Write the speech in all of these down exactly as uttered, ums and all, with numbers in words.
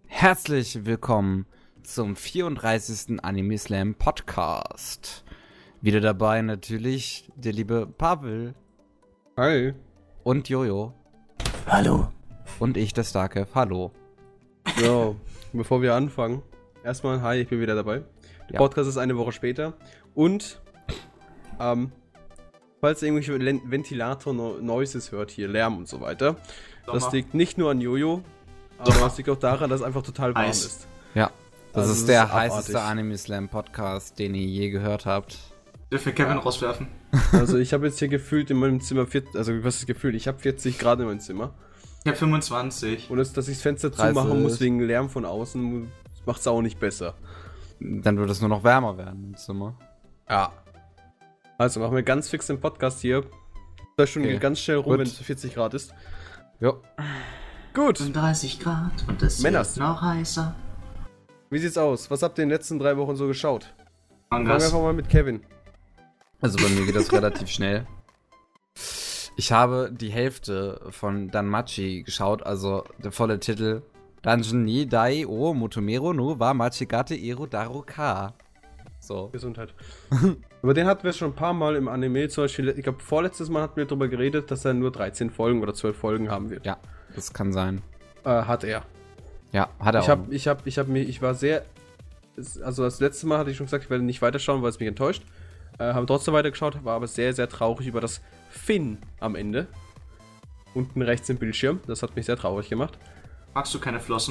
Herzlich willkommen zum vierunddreißigsten Anime Slam Podcast. Wieder dabei natürlich der liebe Pavel. Hi. Und Jojo. Hallo. Und ich, der Starkev. Hallo. So, bevor wir anfangen, erstmal, hi, ich bin wieder dabei. Der Ja. Podcast ist eine Woche später. Und, ähm, falls ihr irgendwelche Len- Ventilator-Noises hört hier, Lärm und so weiter, das Sommer. liegt nicht nur an Jojo, aber Sommer. es liegt auch daran, dass es einfach total warm Heiß. ist. Ja, das Also ist es der ist heißeste abartig. Anime Slam Podcast, den ihr je gehört habt. Dürfen wir Kevin rauswerfen? Also ich habe jetzt hier gefühlt in meinem Zimmer, vierzig, also was ist gefühlt, ich habe vierzig Grad in meinem Zimmer. Ich hab fünfundzwanzig. Und das, dass ich das Fenster dreißig. zumachen muss wegen Lärm von außen, macht es auch nicht besser. Dann wird es nur noch wärmer werden im Zimmer. Ja. Also machen wir ganz fix den Podcast hier. Zwei Stunden Okay. geht ganz schnell rum, Gut. wenn es vierzig Grad ist. Jo. Gut. fünfunddreißig Grad und es Männers. wird noch heißer. Wie sieht's aus? Was habt ihr in den letzten drei Wochen so geschaut? Fangen wir Mangas. einfach mal mit Kevin. Also bei mir geht das relativ schnell. Ich habe die Hälfte von Danmachi geschaut, also der volle Titel Dungeon ni Dai o Motomero no wa Machigate Ero Daru Ka. So. Gesundheit. Über den hatten wir schon ein paar Mal im Anime. Zum Beispiel, ich glaube, vorletztes Mal hatten wir darüber geredet, dass er nur dreizehn Folgen oder zwölf Folgen haben wird. Ja, das kann sein. Äh, hat er. Ja, hat er Ich auch. habe, ich habe, ich habe mich, ich war sehr. Also das letzte Mal hatte ich schon gesagt, ich werde nicht weiterschauen, weil es mich enttäuscht. Äh, habe trotzdem weitergeschaut, war aber sehr, sehr traurig über das Finn am Ende. Unten rechts im Bildschirm. Das hat mich sehr traurig gemacht. Magst du keine Flossen?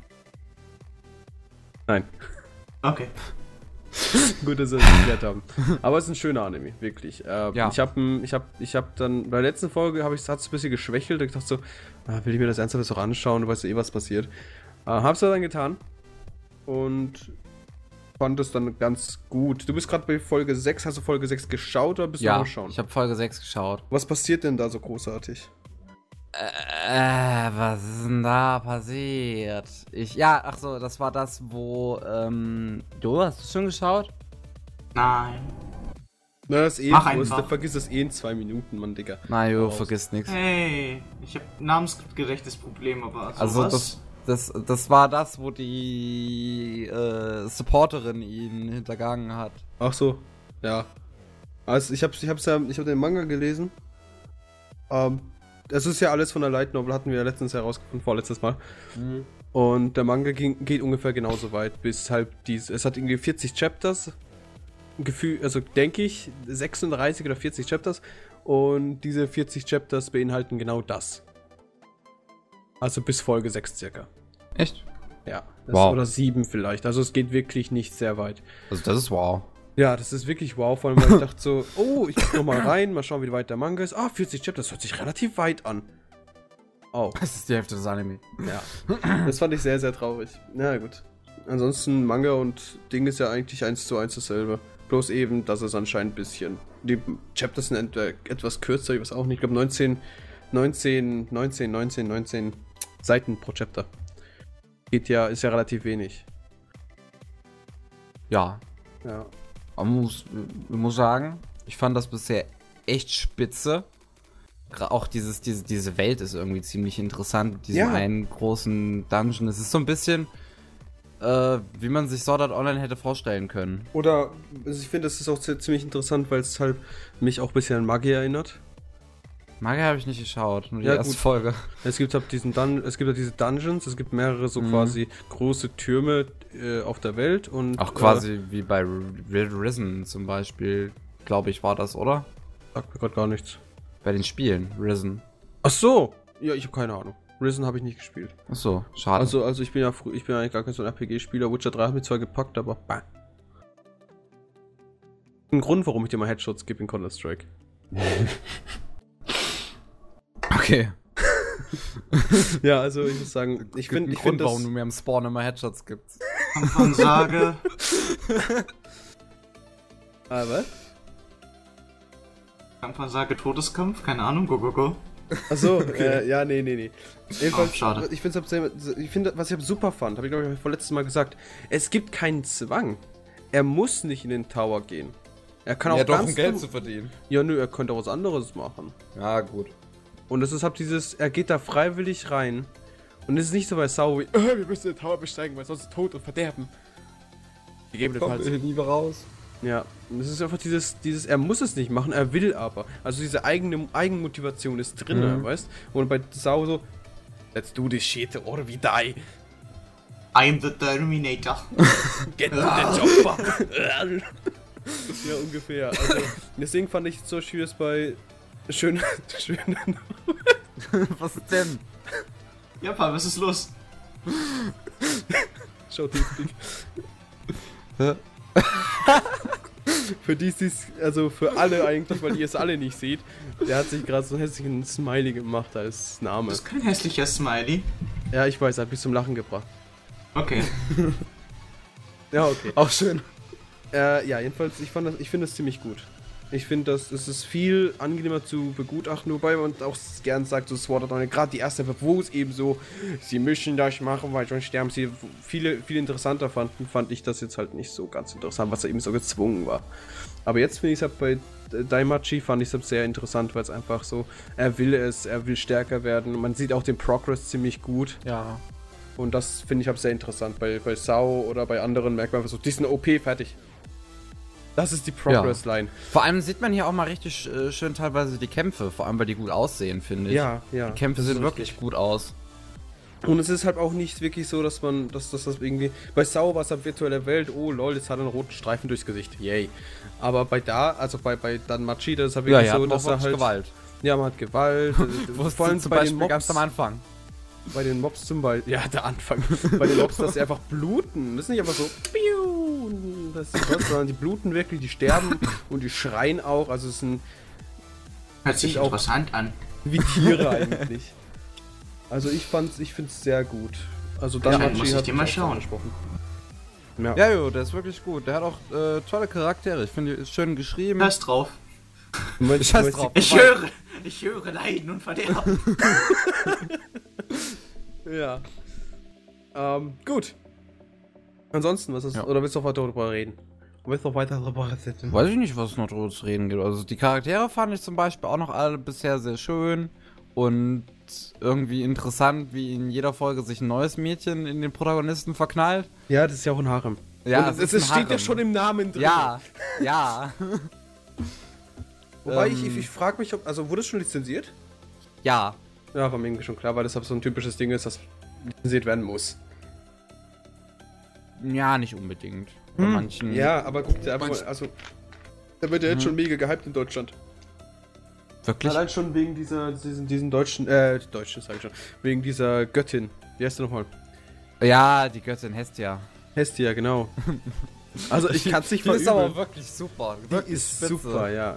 Nein. Okay. Gut, dass wir das geklärt haben. Aber es ist ein schöner Anime, wirklich. Äh, Ja. Ich habe ich hab, ich hab dann, bei der letzten Folge habe ich es ein bisschen geschwächelt. Ich dachte so, ah, will ich mir das ernsthaft auch anschauen, du weißt ja eh, was passiert. Äh, hab's dann getan. Und fand es dann ganz gut. Du bist gerade bei Folge sechs. Hast du Folge sechs geschaut oder bist du ja, noch schauen? ich habe Folge sechs geschaut. Was passiert denn da so großartig? Äh, was ist denn da passiert? Ich, ja, ach so, das war das, wo, ähm, du hast du schon geschaut? Nein. Na, das ist eh, Mach du hast- einfach. vergiss das eh in zwei Minuten, Mann, Digga. Na, jo, Raus. vergiss nix. Hey, ich hab ein namensgerechtes Problem, aber sowas. Also das, das, das war das, wo die äh, Supporterin ihn hintergangen hat. Ach so, ja. Also ich hab's, ich hab's ja, ich hab den Manga gelesen. Ähm, das ist ja alles von der Light Novel, hatten wir ja letztens herausgefunden, vorletztes Mal. Und der Manga ging, geht ungefähr genauso weit, bis halt dies, es hat irgendwie vierzig Chapters. Gefühl, also denke ich, sechsunddreißig oder vierzig Chapters. Und diese vierzig Chapters beinhalten genau das. Also bis Folge sechs circa. Echt? Ja. Das Wow. Oder sieben vielleicht. Also es geht wirklich nicht sehr weit. Also das ist wow. Ja, das ist wirklich wow, vor allem, weil ich dachte so, oh, ich guck noch mal rein, mal schauen, wie weit der Manga ist. Ah, vierzig Chapter, das hört sich relativ weit an. Oh, Das ist die Hälfte des Anime. ja. Das fand ich sehr, sehr traurig. Na ja, gut. Ansonsten, Manga und Ding ist ja eigentlich eins zu eins dasselbe. Bloß eben, dass es anscheinend ein bisschen... Die Chapters sind entweder etwas kürzer, ich weiß auch nicht. Ich glaube neunzehn, neunzehn, neunzehn, neunzehn, neunzehn Seiten pro Chapter. Geht ja, ist ja relativ wenig. Ja, Ja. man muss, man muss sagen, ich fand das bisher echt spitze. Gra- Auch dieses, diese, diese Welt ist irgendwie ziemlich interessant. Mit diesem Ja. einen großen Dungeon. Es ist so ein bisschen, äh, wie man sich Sword Art Online hätte vorstellen können. Oder, also ich finde, das ist auch zi- ziemlich interessant, weil es halt mich auch ein bisschen an Magie erinnert. Magia habe ich nicht geschaut, nur die Ja, erste gut. Folge. Es gibt halt diesen Dun es gibt halt diese Dungeons, es gibt mehrere so Mhm. quasi große Türme äh, auf der Welt und Auch quasi wie bei R- Risen zum Beispiel, glaube ich, war das, oder? Äh, sagt mir gerade gar nichts. Bei den Spielen, Risen. Ach so, ja, ich habe keine Ahnung. Risen habe ich nicht gespielt. Achso, schade. Also, also ich bin ja früh, ich bin eigentlich gar kein so ein R P G-Spieler. Witcher drei hat mich zwar gepackt, aber bah. Ein Grund, warum ich dir mal Headshots gebe in Counter-Strike. okay. Ja, also ich muss sagen, ich finde, ich Grund, finde das... warum du mir am Spawn immer Headshots gibst. Ansage. Ah, was? Kampfansage, Todeskampf, keine Ahnung, go, go, go. Achso, äh, ja, nee, nee, nee. Jedenfalls, Oh, schade. ich finde, ich find, was ich super fand, habe ich glaube ich vorletztes Mal gesagt, es gibt keinen Zwang. Er muss nicht in den Tower gehen. Er kann auch Ja, doch, ganz um Geld du- zu verdienen. Ja, nö, er könnte auch was anderes machen. Ja, gut. Und es ist halt dieses, er geht da freiwillig rein Und es ist nicht so bei Sao wie, äh, wir müssen den Tower besteigen, weil sonst Tod und Verderben. Gegebenenfalls. Kommt nie raus. Ja, und es ist einfach dieses, dieses, er muss es nicht machen, er will aber. Also diese eigene Eigenmotivation ist drin, Mhm. weißt? Und bei Sao so, let's do this shit or we die. I'm the Terminator. Get to the chopper. Ja, ungefähr. Also, deswegen fand ich es so schwierig bei schön, schön. Was ist denn? Ja, Papa, was ist los? Schaut nicht. Für die ist dies, also für alle eigentlich, weil ihr es alle nicht seht, der hat sich gerade so einen hässlichen Smiley gemacht als Name. Das ist kein hässlicher Smiley. Ja, ich weiß, er hat mich zum Lachen gebracht. Okay. Ja, okay. Auch schön. Äh, ja, jedenfalls, ich, fand das, ich finde das ziemlich gut. Ich finde, das es ist viel angenehmer zu begutachten, wobei man auch gern sagt, so Sword Art Online, gerade die erste, wo es eben so, sie müssen das machen, weil sonst sterben sie. Viele, viel interessanter fanden, fand ich das jetzt halt nicht so ganz interessant, was er eben so gezwungen war. Aber jetzt finde ich es halt bei Daimachi, fand ich es sehr interessant, weil es einfach so, er will es, er will stärker werden. Man sieht auch den Progress ziemlich gut. Ja. Und das finde ich halt sehr interessant. Bei, bei Sao oder bei anderen merkt man einfach so, die sind O P, fertig. Das ist die Progress-Line. Vor allem sieht man hier auch mal richtig äh, schön teilweise die Kämpfe, vor allem weil die gut aussehen, finde ich. Ja, ja. Die Kämpfe das sehen ist wirklich richtig gut aus. Und es ist halt auch nicht wirklich so, dass man, dass, dass das irgendwie, bei Sao war es halt virtuelle Welt, oh lol, jetzt hat er einen roten Streifen durchs Gesicht, yay. Aber bei da, also bei, bei Danmachi, das ist halt wirklich Ja, ja, so, dass er halt, Gewalt. ja, man hat Gewalt, Wo vor allem zum bei Beispiel den Mobs, ganz am Anfang. bei den Mobs zum Beispiel, ja, der Anfang, bei den Mobs, dass sie einfach bluten, das ist nicht einfach so, piu, das ist was, sondern die bluten wirklich, die sterben und die schreien auch, also es sind Hört sich Sind auch- interessant an. wie Tiere eigentlich. Also ich fand's, ich find's sehr gut. Also Ja, Danmachi muss ich hat dir mich mal auch so schauen. angesprochen. Ja. Ja, jo, der ist wirklich gut. Der hat auch äh, tolle Charaktere. Ich finde, die ist schön geschrieben. Hörst drauf. Du meinst- Ich scheiß du meinst drauf. Ich höre, ich höre Leiden und Verderben. die- Ja. Ähm, gut. Ansonsten, was ist, Ja. oder willst du noch weiter darüber reden? Willst du noch weiter darüber reden? Weiß ich nicht, was es noch drüber zu reden gibt. Also die Charaktere fand ich zum Beispiel auch noch alle bisher sehr schön und irgendwie interessant, wie in jeder Folge sich ein neues Mädchen in den Protagonisten verknallt. Ja, das ist ja auch ein Harem. Ja, Und es, es ein steht ja Harem. schon im Namen drin. Ja, ja, Wobei ähm, ich, ich, ich frage mich, ob, also wurde es schon lizenziert? ja. Ja, war mir irgendwie schon klar, weil das so ein typisches Ding ist, das lizenziert werden muss. Ja, nicht unbedingt. Bei manchen. Ja, aber guck dir einfach Manch- mal, also da wird ja jetzt schon mega gehypt in Deutschland. Wirklich? Allein schon wegen dieser, diesen, diesen deutschen, äh, deutschen sag ich schon, wegen dieser Göttin. Wie heißt die nochmal? Ja, die Göttin Hestia. Hestia, genau. Also ich kann es nicht Die ist aber verübeln. wirklich super. Die Wirklich ist spitze. super, ja.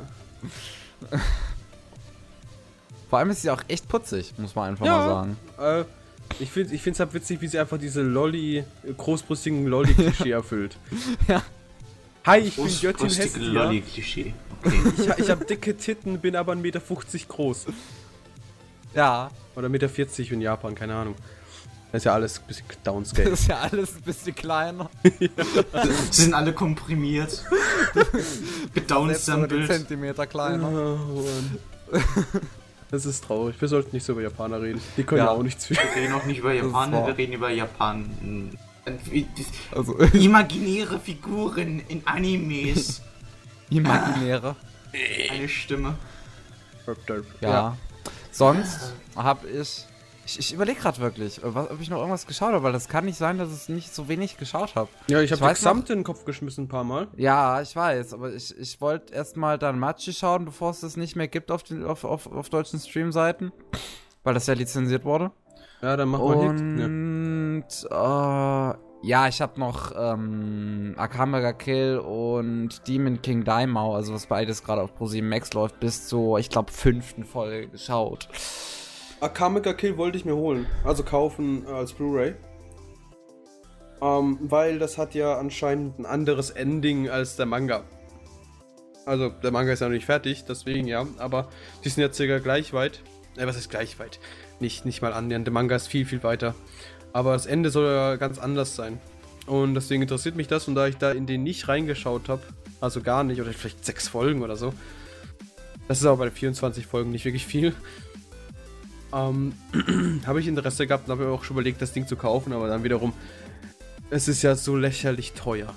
Vor allem ist sie auch echt putzig, muss man einfach Ja. mal sagen. Äh, ich finde ich halt witzig, wie sie einfach diese Lolli, großbrüstigen Lolli-Klischee erfüllt. Ja. Hi, ich bin Groß- Göttin brüstige Hestia. Lolli-Klischee. Okay. Ich, ich habe dicke Titten, bin aber ein Meter fünfzig groß. Ja, Oder ein Meter vierzig in Japan, keine Ahnung. Das ist ja alles ein bisschen das downscale. ist ja alles ein bisschen kleiner. Sie sind alle komprimiert. Selbst sogar die Gedownsampelt. Zentimeter kleiner. Oh, Mann. Das ist traurig. Wir sollten nicht so über Japaner reden. Die können ja, Ja. auch nichts für. Wir reden auch nicht über ist Japaner, wahr. wir reden über Japan. Also, Imaginäre Figuren in Animes. imaginäre. Eine Stimme. Ja. Sonst hab ich. Ich, ich überlege gerade wirklich, was, ob ich noch irgendwas geschaut habe, weil das kann nicht sein, dass ich nicht so wenig geschaut habe. Ja, ich Ich habe weiß die Gesamt in den Kopf geschmissen ein paar Mal. Ja, ich weiß, aber ich, ich wollte erstmal dann Machi schauen, bevor es das nicht mehr gibt auf, den, auf, auf, auf deutschen Streamseiten. Weil das ja lizenziert wurde. Ja, dann mach mal Hit. Ja. Und äh, ja, ich habe noch ähm, Akame ga Kill und Demon King Daimao, also was beides gerade auf ProSieben Max läuft, bis zur, ich glaube, fünften Folge geschaut. Akame ga Kill wollte ich mir holen. Also kaufen äh, als Blu-ray. Ähm, weil das hat ja anscheinend ein anderes Ending als der Manga. Also, der Manga ist ja noch nicht fertig, deswegen ja. Aber die sind ja circa gleich weit. Äh, was ist gleich weit? Nicht, nicht mal annähernd. Der Manga ist viel, viel weiter. Aber das Ende soll ja ganz anders sein. Und deswegen interessiert mich das. Und da ich da in den nicht reingeschaut habe, also gar nicht, oder vielleicht sechs Folgen oder so. Das ist aber bei vierundzwanzig Folgen nicht wirklich viel. ähm, habe ich Interesse gehabt und habe mir auch schon überlegt, das Ding zu kaufen, aber dann wiederum, es ist ja so lächerlich teuer.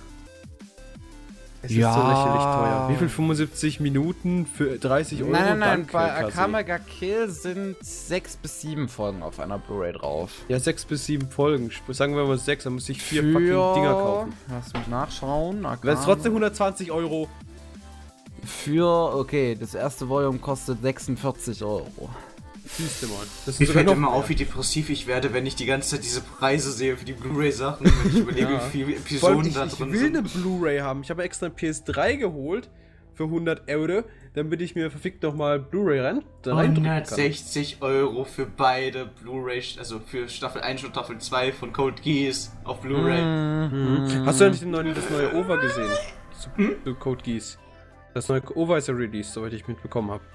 Es Ja. ist so lächerlich teuer. Wie viel fünfundsiebzig Minuten für dreißig Euro? Nein, nein, nein, Danke, bei Kasi. Akame ga Kill sind sechs bis sieben Folgen auf einer Blu-ray drauf. Ja, sechs bis sieben Folgen. Sagen wir mal sechs, dann muss ich vier Für- fucking Dinger kaufen. Lass mich nachschauen. Das ist Akame- trotzdem hundertzwanzig Euro. Für, okay, das erste Volume kostet sechsundvierzig Euro. Siehste mal. Das Mir ist sogar fällt noch immer mehr. auf, wie depressiv ich werde, wenn ich die ganze Zeit diese Preise sehe für die Blu-ray-Sachen, wenn ich überlege, Ja. wie viele Vor allem, Episoden ich, da ich drin will sind. eine Blu-ray haben. Ich habe extra eine P S drei geholt für hundert Euro, damit ich mir verfickt nochmal Blu-ray rein, da reindrücken kann. hundertsechzig Euro für beide Blu-ray, also für Staffel eins und Staffel zwei von Code Geass auf Blu-ray. Mhm. Hast du eigentlich den neuen, das neue O V A gesehen? Zu, zu Code Geass. Das neue O V A ist ja released, soweit ich mitbekommen habe.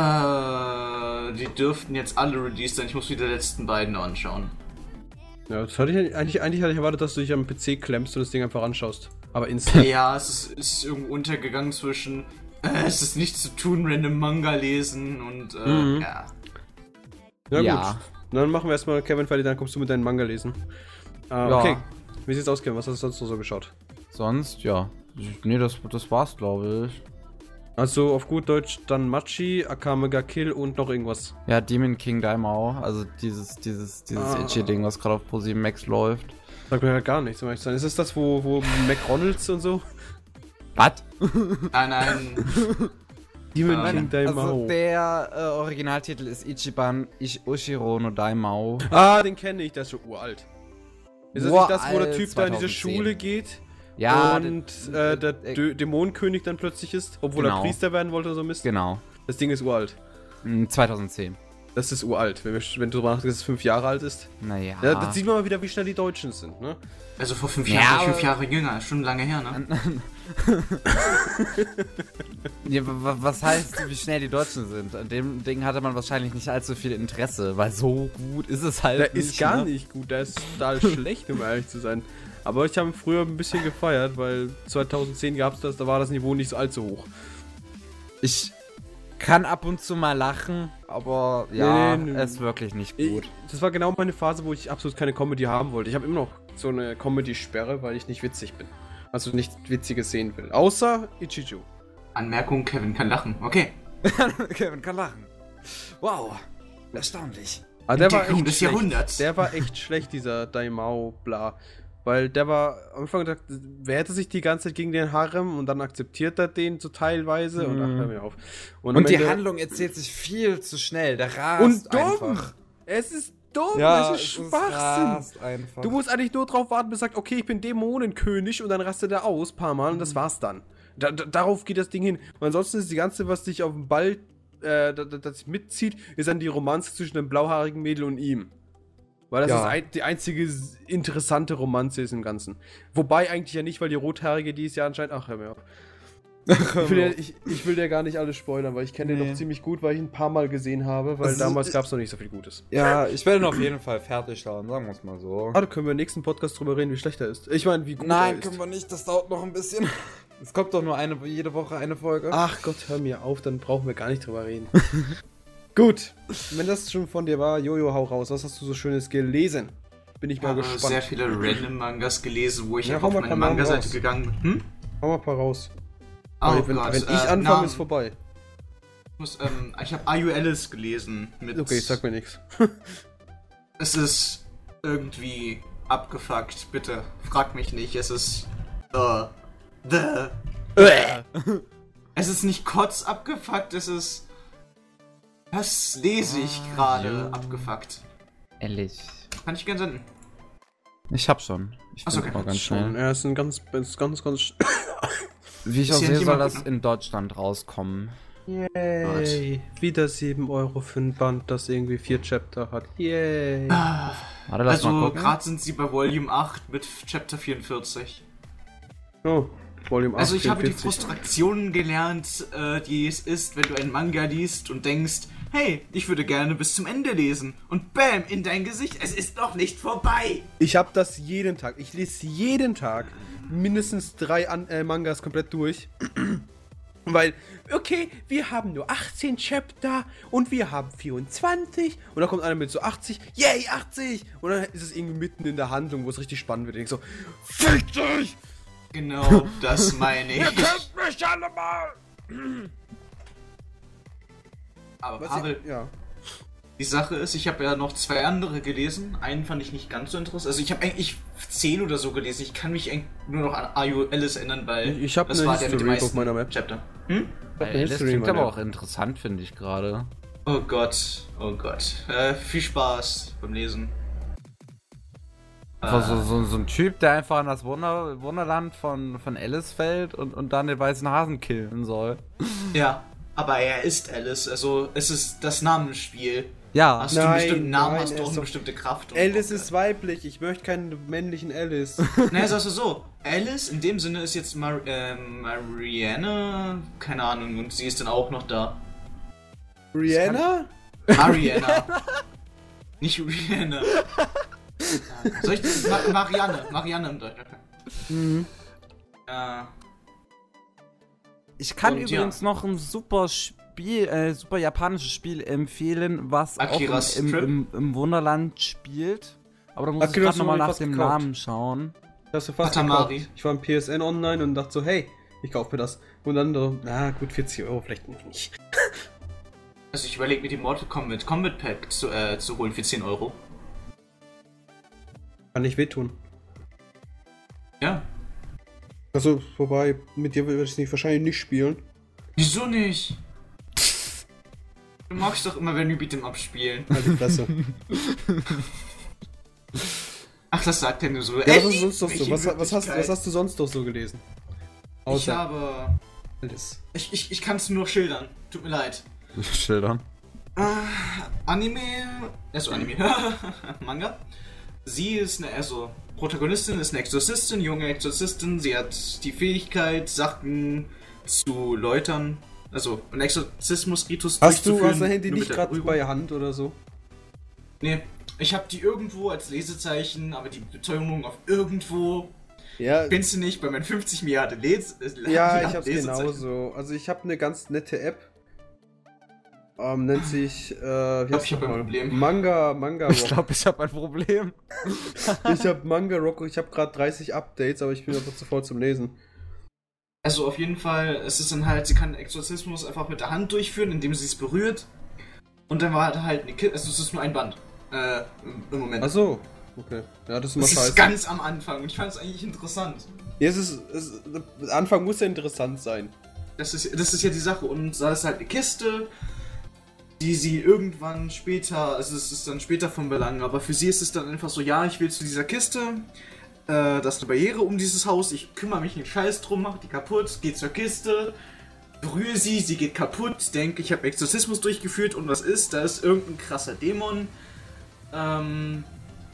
Äh, die dürften jetzt alle released sein. Ich muss wieder die letzten beiden anschauen. Ja, das hatte ich eigentlich, eigentlich hatte ich erwartet, dass du dich am P C klemmst und das Ding einfach anschaust. Aber instant. Ja, es ist, es ist irgendwo untergegangen zwischen äh, es ist nichts zu tun, random Manga lesen und äh, Mhm. ja. Ja, Ja. gut. Dann machen wir erstmal Kevin fertig, dann kommst du mit deinen Manga lesen. Äh, Ja. Okay. Wie sieht's aus, Kevin? Was hast du sonst noch so geschaut? Sonst, ja. Nee, das, das war's, glaube ich. Also auf gut Deutsch dann Machi, Akame ga Kill und noch irgendwas. Ja, Demon King Daimao, also dieses, dieses, dieses Ah. Itchy-Ding, was gerade auf ProSieben Max läuft. Sagt mir halt gar nichts, um ehrlich zu sein. Ist es das, wo, wo McDonalds und so? Was? Nein, nein. Demon Ah, King Daimao. Also der äh, Originaltitel ist Ichiban Ich Ushiro no Daimao. Ah, den kenne ich, der ist schon uralt. Ist das nicht das, wo der Uralt, Typ da in diese zweitausendzehn. Schule geht? Ja, und der- äh, der der- Dö- Dämonenkönig dann plötzlich ist, obwohl Genau. er Priester werden wollte oder so Mist. Genau. Das Ding ist uralt. Hm, zweitausendzehn. Das ist uralt, wenn, wir, wenn du drüber nachdenkst, dass es fünf Jahre alt ist. Naja. Ja, das sieht man mal wieder, wie schnell die Deutschen sind, ne? Also vor fünf Ja, Jahren war ich aber- fünf Jahre jünger, schon lange her, ne? Ja, wa- wa- was heißt, wie schnell die Deutschen sind? An dem Ding hatte man wahrscheinlich nicht allzu viel Interesse, weil so gut ist es halt Der nicht. ist gar ne? nicht gut, der ist total schlecht, um ehrlich zu sein. Aber ich habe ihn früher ein bisschen gefeiert, weil zweitausendzehn gab es das, da war das Niveau nicht so allzu hoch. Ich kann ab und zu mal lachen, aber ja, Nee, nee, nee. es ist wirklich nicht gut. Ich, das war genau meine Phase, wo ich absolut keine Comedy haben wollte. Ich habe immer noch so eine Comedy-Sperre, weil ich nicht witzig bin. Also nicht Witziges sehen will. Außer Ichijo. Anmerkung, Kevin kann lachen. Okay. Kevin kann lachen. Wow, erstaunlich. Aber der war Entdeckung echt des schlecht. Jahrhunderts. Der war echt schlecht, dieser Daimao, bla. Weil der war am Anfang gedacht, wehrt er sich die ganze Zeit gegen den Harem und dann akzeptiert er den so teilweise und ach, hör mir auf. Und, am die Ende- Handlung erzählt sich viel zu schnell. Der rast Und dumm! einfach. Es ist dumm, Ja, es ist Schwachsinn. rast einfach. Du musst eigentlich nur drauf warten, bis er sagt, okay, ich bin Dämonenkönig und dann rastet er aus, paar Mal und das war's dann. Da, da, darauf geht das Ding hin. Und ansonsten ist die ganze, was dich auf dem Ball äh, das, das mitzieht, ist dann die Romanze zwischen dem blauhaarigen Mädel und ihm. Weil das Ja. ist ein, die einzige s- interessante Romanze ist im Ganzen. Wobei eigentlich ja nicht, weil die Rothaarige, die ist ja anscheinend... Ach, hör mir auf. Ich will, ja, ich, ich will dir gar nicht alles spoilern, weil ich kenne den Nee. noch ziemlich gut, weil ich ihn ein paar Mal gesehen habe, weil Also, damals äh, gab es noch nicht so viel Gutes. Ja, ich werde ihn auf jeden Fall fertig schauen, sagen wir es mal so. Ah, da können wir im nächsten Podcast drüber reden, wie schlecht er ist. Ich meine, wie gut er Nein, ist. können wir nicht, das dauert noch ein bisschen. Es kommt doch nur eine, jede Woche eine Folge. Ach Gott, hör mir auf, dann brauchen wir gar nicht drüber reden. Gut, wenn das schon von dir war, Jojo, hau raus. Was hast du so Schönes gelesen? Bin ich Ich mal habe gespannt. sehr viele random Mangas gelesen, wo ich Ja, einfach hau auf mal meine ein paar Namen Manga-Seite raus. gegangen bin. Hm? Hau mal ein paar raus. Oh Weil wenn, Gott, wenn ich äh, anfange, Namen. ist vorbei. Ich, muss, ähm, ich habe I U Alice gelesen. Mit Okay, sag mir nichts. Es ist irgendwie abgefuckt. Bitte, frag mich nicht. Es ist. Uh, the. Es ist nicht kotz abgefuckt, es ist. Was lese ich gerade ja. abgefuckt? Ehrlich. Kann ich gerne senden. Ich hab schon. Ich Ach so, find's okay. mal ganz schnell. Er ist ein ganz, ist ganz, ganz. Wie ich Ist auch hier sehe, nicht soll jemand das gut, in Deutschland rauskommen. Yay. Wieder sieben Euro für ein Band, das irgendwie vier Chapter hat. Yay. Ah, Warte, lass mal also, gucken. gerade sind sie bei Volume acht mit Chapter vierundvierzig. Oh, Volume acht. Also, ich habe die vierundvierzig. Frustrationen gelernt, äh, die es ist, wenn du einen Manga liest und denkst, hey, ich würde gerne bis zum Ende lesen. Und bam, in dein Gesicht, es ist noch nicht vorbei. Ich habe das jeden Tag. Ich lese jeden Tag mindestens drei An äh, Mangas komplett durch. Weil, okay, wir haben nur achtzehn Chapter und wir haben vierundzwanzig und dann kommt einer mit so achtzig, yay, achtzig! Und dann ist es irgendwie mitten in der Handlung, wo es richtig spannend wird. Und ich so, fick dich! Genau, das meine ich. Ihr könnt mich alle mal! Aber Was Pavel, ich, ja. die Sache ist, ich habe ja noch zwei andere gelesen. Einen fand ich nicht ganz so interessant. Also ich habe eigentlich zehn oder so gelesen. Ich kann mich eigentlich nur noch an Are You Alice erinnern, weil Ich habe das eine war der mit den History auf meisten meiner Map. Chapter. Hm? eine Ey, das History, klingt meine. aber auch interessant, finde ich gerade. Oh Gott, oh Gott. Äh, viel Spaß beim Lesen. Einfach so, so, so ein Typ, der einfach an das Wunder, Wunderland von, von Alice fällt und, und dann den weißen Hasen killen soll. Ja, aber er ist Alice, also es ist das Namensspiel. Ja, Hast du Nein, einen bestimmten Namen, nein, hast er du auch ist eine doch- bestimmte Kraft. und- Alice ist weiblich, ich möchte keinen männlichen Alice. Naja, sagst du so, Alice in dem Sinne ist jetzt Mar ähm, Marianne, keine Ahnung, und sie ist dann auch noch da. Rihanna? Mariana. Nicht Rihanna. Soll ich das? Ma Marianne, Marianne im Deutschen. Mhm. Ja. ich kann Und übrigens ja. noch ein super Spiel, äh, super japanisches Spiel empfehlen, was Akira's auch im, im, Trip? im, im Wunderland spielt. Aber da muss Akira's ich gerade nochmal Trip hab ich nach fast dem gekauft. Namen schauen. Ich hab's fast Katamari. gekauft. Ich war im P S N online und dachte so, hey, ich kauf mir das. Und dann so, na gut, vierzig Euro, vielleicht nicht. Also ich überlege mir die Mortal Kombat Combat Pack zu, äh, zu holen für zehn Euro. Kann nicht wehtun. Ja. Also, vorbei, mit dir würde ich es nicht, wahrscheinlich nicht spielen. Wieso nicht? Du magst doch immer, wenn wir Beat'em Up spielen. Halt die Fresse. Ach, das sagt er nur so. Ja, Er was ist liebt sonst noch mich so? in Was, was, hast, Wirklichkeit. was hast du sonst noch so gelesen? Ich Außer habe... alles. Ich, ich, ich kann es nur schildern. Tut mir leid. Schildern. Äh, Anime... Also Anime. Manga. Sie ist eine... Also, Protagonistin ist eine Exorzistin, junge Exorzistin. Sie hat die Fähigkeit, Sachen zu läutern. Also, einen Exorzismus-Ritus Hast du durchzuführen. hast dein Handy nur nicht mit der gerade Übung. bei der Hand oder so? Nee. Ich habe die irgendwo als Lesezeichen, aber die Betonung auf irgendwo... Ja, Findest du nicht bei meinen fünfzig Milliarden Les ja, Les- ich hab's Lesezeichen? genauso. Also ich habe eine ganz nette App. Ähm, nennt sich, äh, wie glaub, heißt ich hab das ein mal? Problem. Manga, Manga Ich Rock. glaube, ich habe ein Problem. Ich hab Manga Rock, ich habe gerade dreißig Updates, aber ich bin einfach zu faul zum Lesen. Also auf jeden Fall, es ist dann halt, sie kann Exorzismus einfach mit der Hand durchführen, indem sie es berührt. Und dann war halt eine Kiste, also es ist nur ein Band. Äh, im, im Moment. Ach so, okay. Ja, das ist immer das scheiße. ist ganz am Anfang und ich fand es eigentlich interessant. Ja, es ist, es, der Anfang muss ja interessant sein. Das ist, das ist ja die Sache. Und da ist halt eine Kiste, die sie irgendwann später, also es ist dann später von Belang, aber für sie ist es dann einfach so, ja, ich will zu dieser Kiste, äh, das ist eine Barriere um dieses Haus, ich kümmere mich einen Scheiß drum, mach die kaputt, geh zur Kiste, berühre sie, sie geht kaputt, denke, ich habe Exorzismus durchgeführt und was ist? Da ist irgendein krasser Dämon, ähm,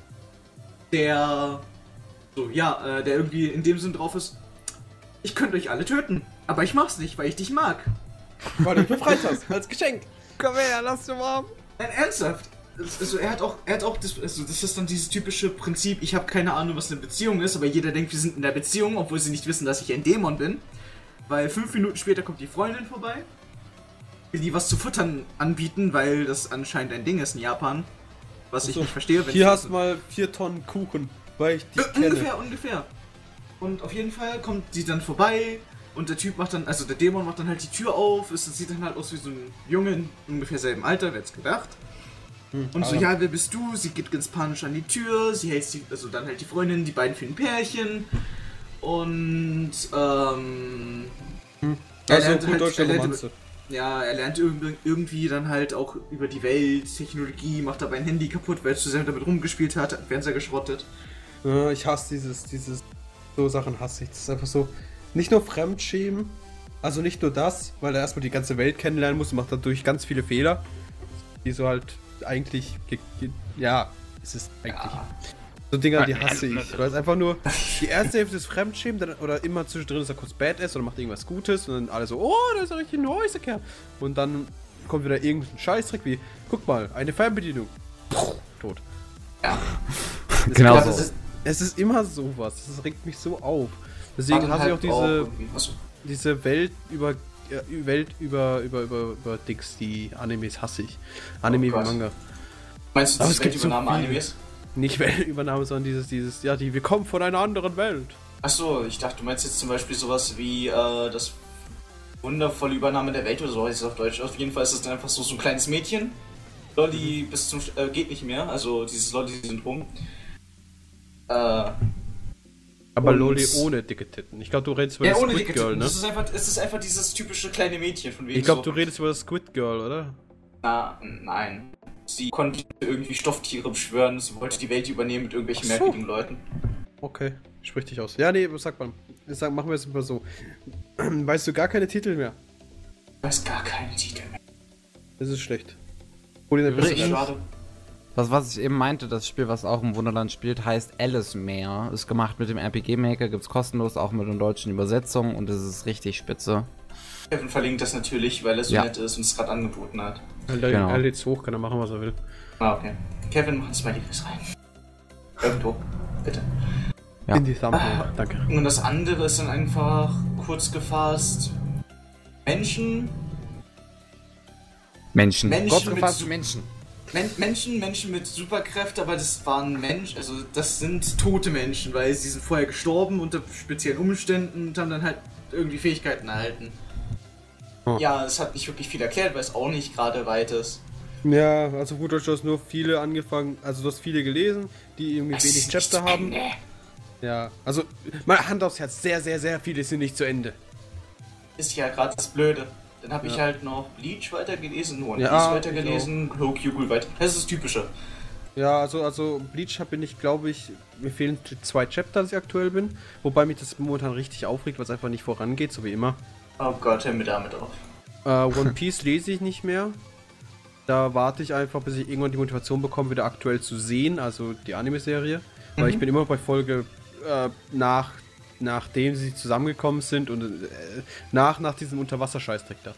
der, so, ja, äh, der irgendwie in dem Sinn drauf ist, ich könnte euch alle töten, aber ich mach's nicht, weil ich dich mag. Weil du mich befreit hast, als Geschenk. Komm her, lass du warm. Nein, ernsthaft. Also er hat auch, er hat auch das, also das ist dann dieses typische Prinzip, ich habe keine Ahnung, was eine Beziehung ist, aber jeder denkt, wir sind in der Beziehung, obwohl sie nicht wissen, dass ich ein Dämon bin. Weil fünf Minuten später kommt die Freundin vorbei, will die was zu futtern anbieten, weil das anscheinend ein Ding ist in Japan. Was ich So, nicht verstehe. wenn Hier sie- hast mal vier Tonnen Kuchen, weil ich dich Äh, kenne. ungefähr, ungefähr. Und auf jeden Fall kommt sie dann vorbei und der Typ macht dann, also der Dämon macht dann halt die Tür auf, es sieht dann halt aus wie so ein Junge in ungefähr selben Alter, wer hätte gedacht. Und so, aber- ja, wer bist du? Sie geht ganz panisch an die Tür, sie hält sie, also dann halt die Freundin, die beiden für ein Pärchen. Und, ähm... er Also lernt gut halt- deutsche er lernt- Romanze. Ja, er lernt irgendwie, irgendwie dann halt auch über die Welt, Technologie, macht dabei ein Handy kaputt, weil er zu sehr damit rumgespielt hat, hat den Fernseher geschrottet. Ja, ich hasse dieses, dieses, so Sachen hasse ich. Das ist einfach so, nicht nur Fremdschämen, also nicht nur das, weil er erstmal die ganze Welt kennenlernen muss und macht dadurch ganz viele Fehler, die so halt eigentlich, ge- ge- ja, es ist eigentlich, Ja. so Dinger, die hasse ich, weil es einfach nur, die erste Hälfte ist Fremdschämen, dann, oder immer zwischendrin ist er kurz Badass oder macht irgendwas Gutes und dann alle so, oh, das ist ja richtig nice, der Kerl. Und dann kommt wieder irgendein Scheißtrick wie, guck mal, eine Fernbedienung, Puh, tot. Ja. Genau Ja, so. das ist- Es ist immer sowas, das regt mich so auf. Deswegen Warte hasse ich auch halt diese, irgendwie. Achso. diese Welt über äh, Welt über, über, über, über Dings, die Animes hasse ich. Anime Oh wie Manga. Meinst du, Aber das es gibt so Weltübernahme viele. Animes? Nicht Weltübernahme, sondern dieses, dieses, ja, die, wir kommen von einer anderen Welt. Achso, ich dachte, du meinst jetzt zum Beispiel sowas wie äh, das wundervolle Übernahme der Welt oder so heißt es auf Deutsch. Auf jeden Fall ist es dann einfach so, so ein kleines Mädchen. Lolli bis zum äh, geht nicht mehr, also dieses Lolli-Syndrom. Äh, Aber Und- Loli ohne dicke Titten. Ich glaube, du redest über ja, das ohne Squid dicke Girl, Titten. ne? Das ist einfach, es ist einfach dieses typische kleine Mädchen von wegen Ich glaube, so, du redest über das Squid Girl, oder? Na, nein. Sie konnte irgendwie Stofftiere beschwören, sie wollte die Welt übernehmen mit irgendwelchen Ach so. merkwürdigen Leuten. Okay, sprich dich aus. Ja, nee, sag mal. Sag, machen wir es mal so. Weißt du gar keine Titel mehr? Ich weiß gar keinen Titel mehr. Das ist schlecht. Hol dir eine Übrigens- bessere. Schade. Was, was ich eben meinte, das Spiel, was auch im Wunderland spielt, heißt Alice Meer. Ist gemacht mit dem R P G Maker, gibt's kostenlos, auch mit einer deutschen Übersetzung und es ist richtig spitze. Kevin verlinkt das natürlich, weil er so Ja. nett ist und es gerade angeboten hat. Alter, Genau. er lädt's hoch, kann er machen, was er will. Ah, okay. Kevin, mach ein Smiley-Face rein. Irgendwo. Bitte. Ja. In die Thumbnail, danke. Und das andere ist dann einfach, kurz gefasst, Menschen, Menschen. Menschen Gott mit gefasst Su- Menschen. Men Menschen, Menschen mit Superkräften, aber das waren Menschen, also das sind tote Menschen, weil sie sind vorher gestorben unter speziellen Umständen und haben dann halt irgendwie Fähigkeiten erhalten. Oh. Ja, es hat nicht wirklich viel erklärt, weil es auch nicht gerade weit ist. Ja, also gut, du hast nur viele angefangen, also du hast viele gelesen, die irgendwie Es wenig ist Chapter nicht zu haben. Ende. Ja, also mal Hand aufs Herz, sehr, sehr, sehr viele sind nicht zu Ende. Ist ja gerade das Blöde. Dann habe ich Ja. halt noch Bleach weitergelesen, One Piece Ja, weitergelesen, Kyogul weiter. Das ist das Typische. Ja, also, also Bleach bin ich, glaube ich, mir fehlen zwei Chapter, dass ich aktuell bin. Wobei mich das momentan richtig aufregt, weil es einfach nicht vorangeht, so wie immer. Oh Gott, hör mir damit auf. Äh, One Piece lese ich nicht mehr. Da warte ich einfach, bis ich irgendwann die Motivation bekomme, wieder aktuell zu sehen, also die Anime-Serie. Weil Mhm. ich bin immer noch bei Folge äh, nach, nachdem sie zusammengekommen sind und äh, nach, nach diesem Unterwasserscheißdreck da.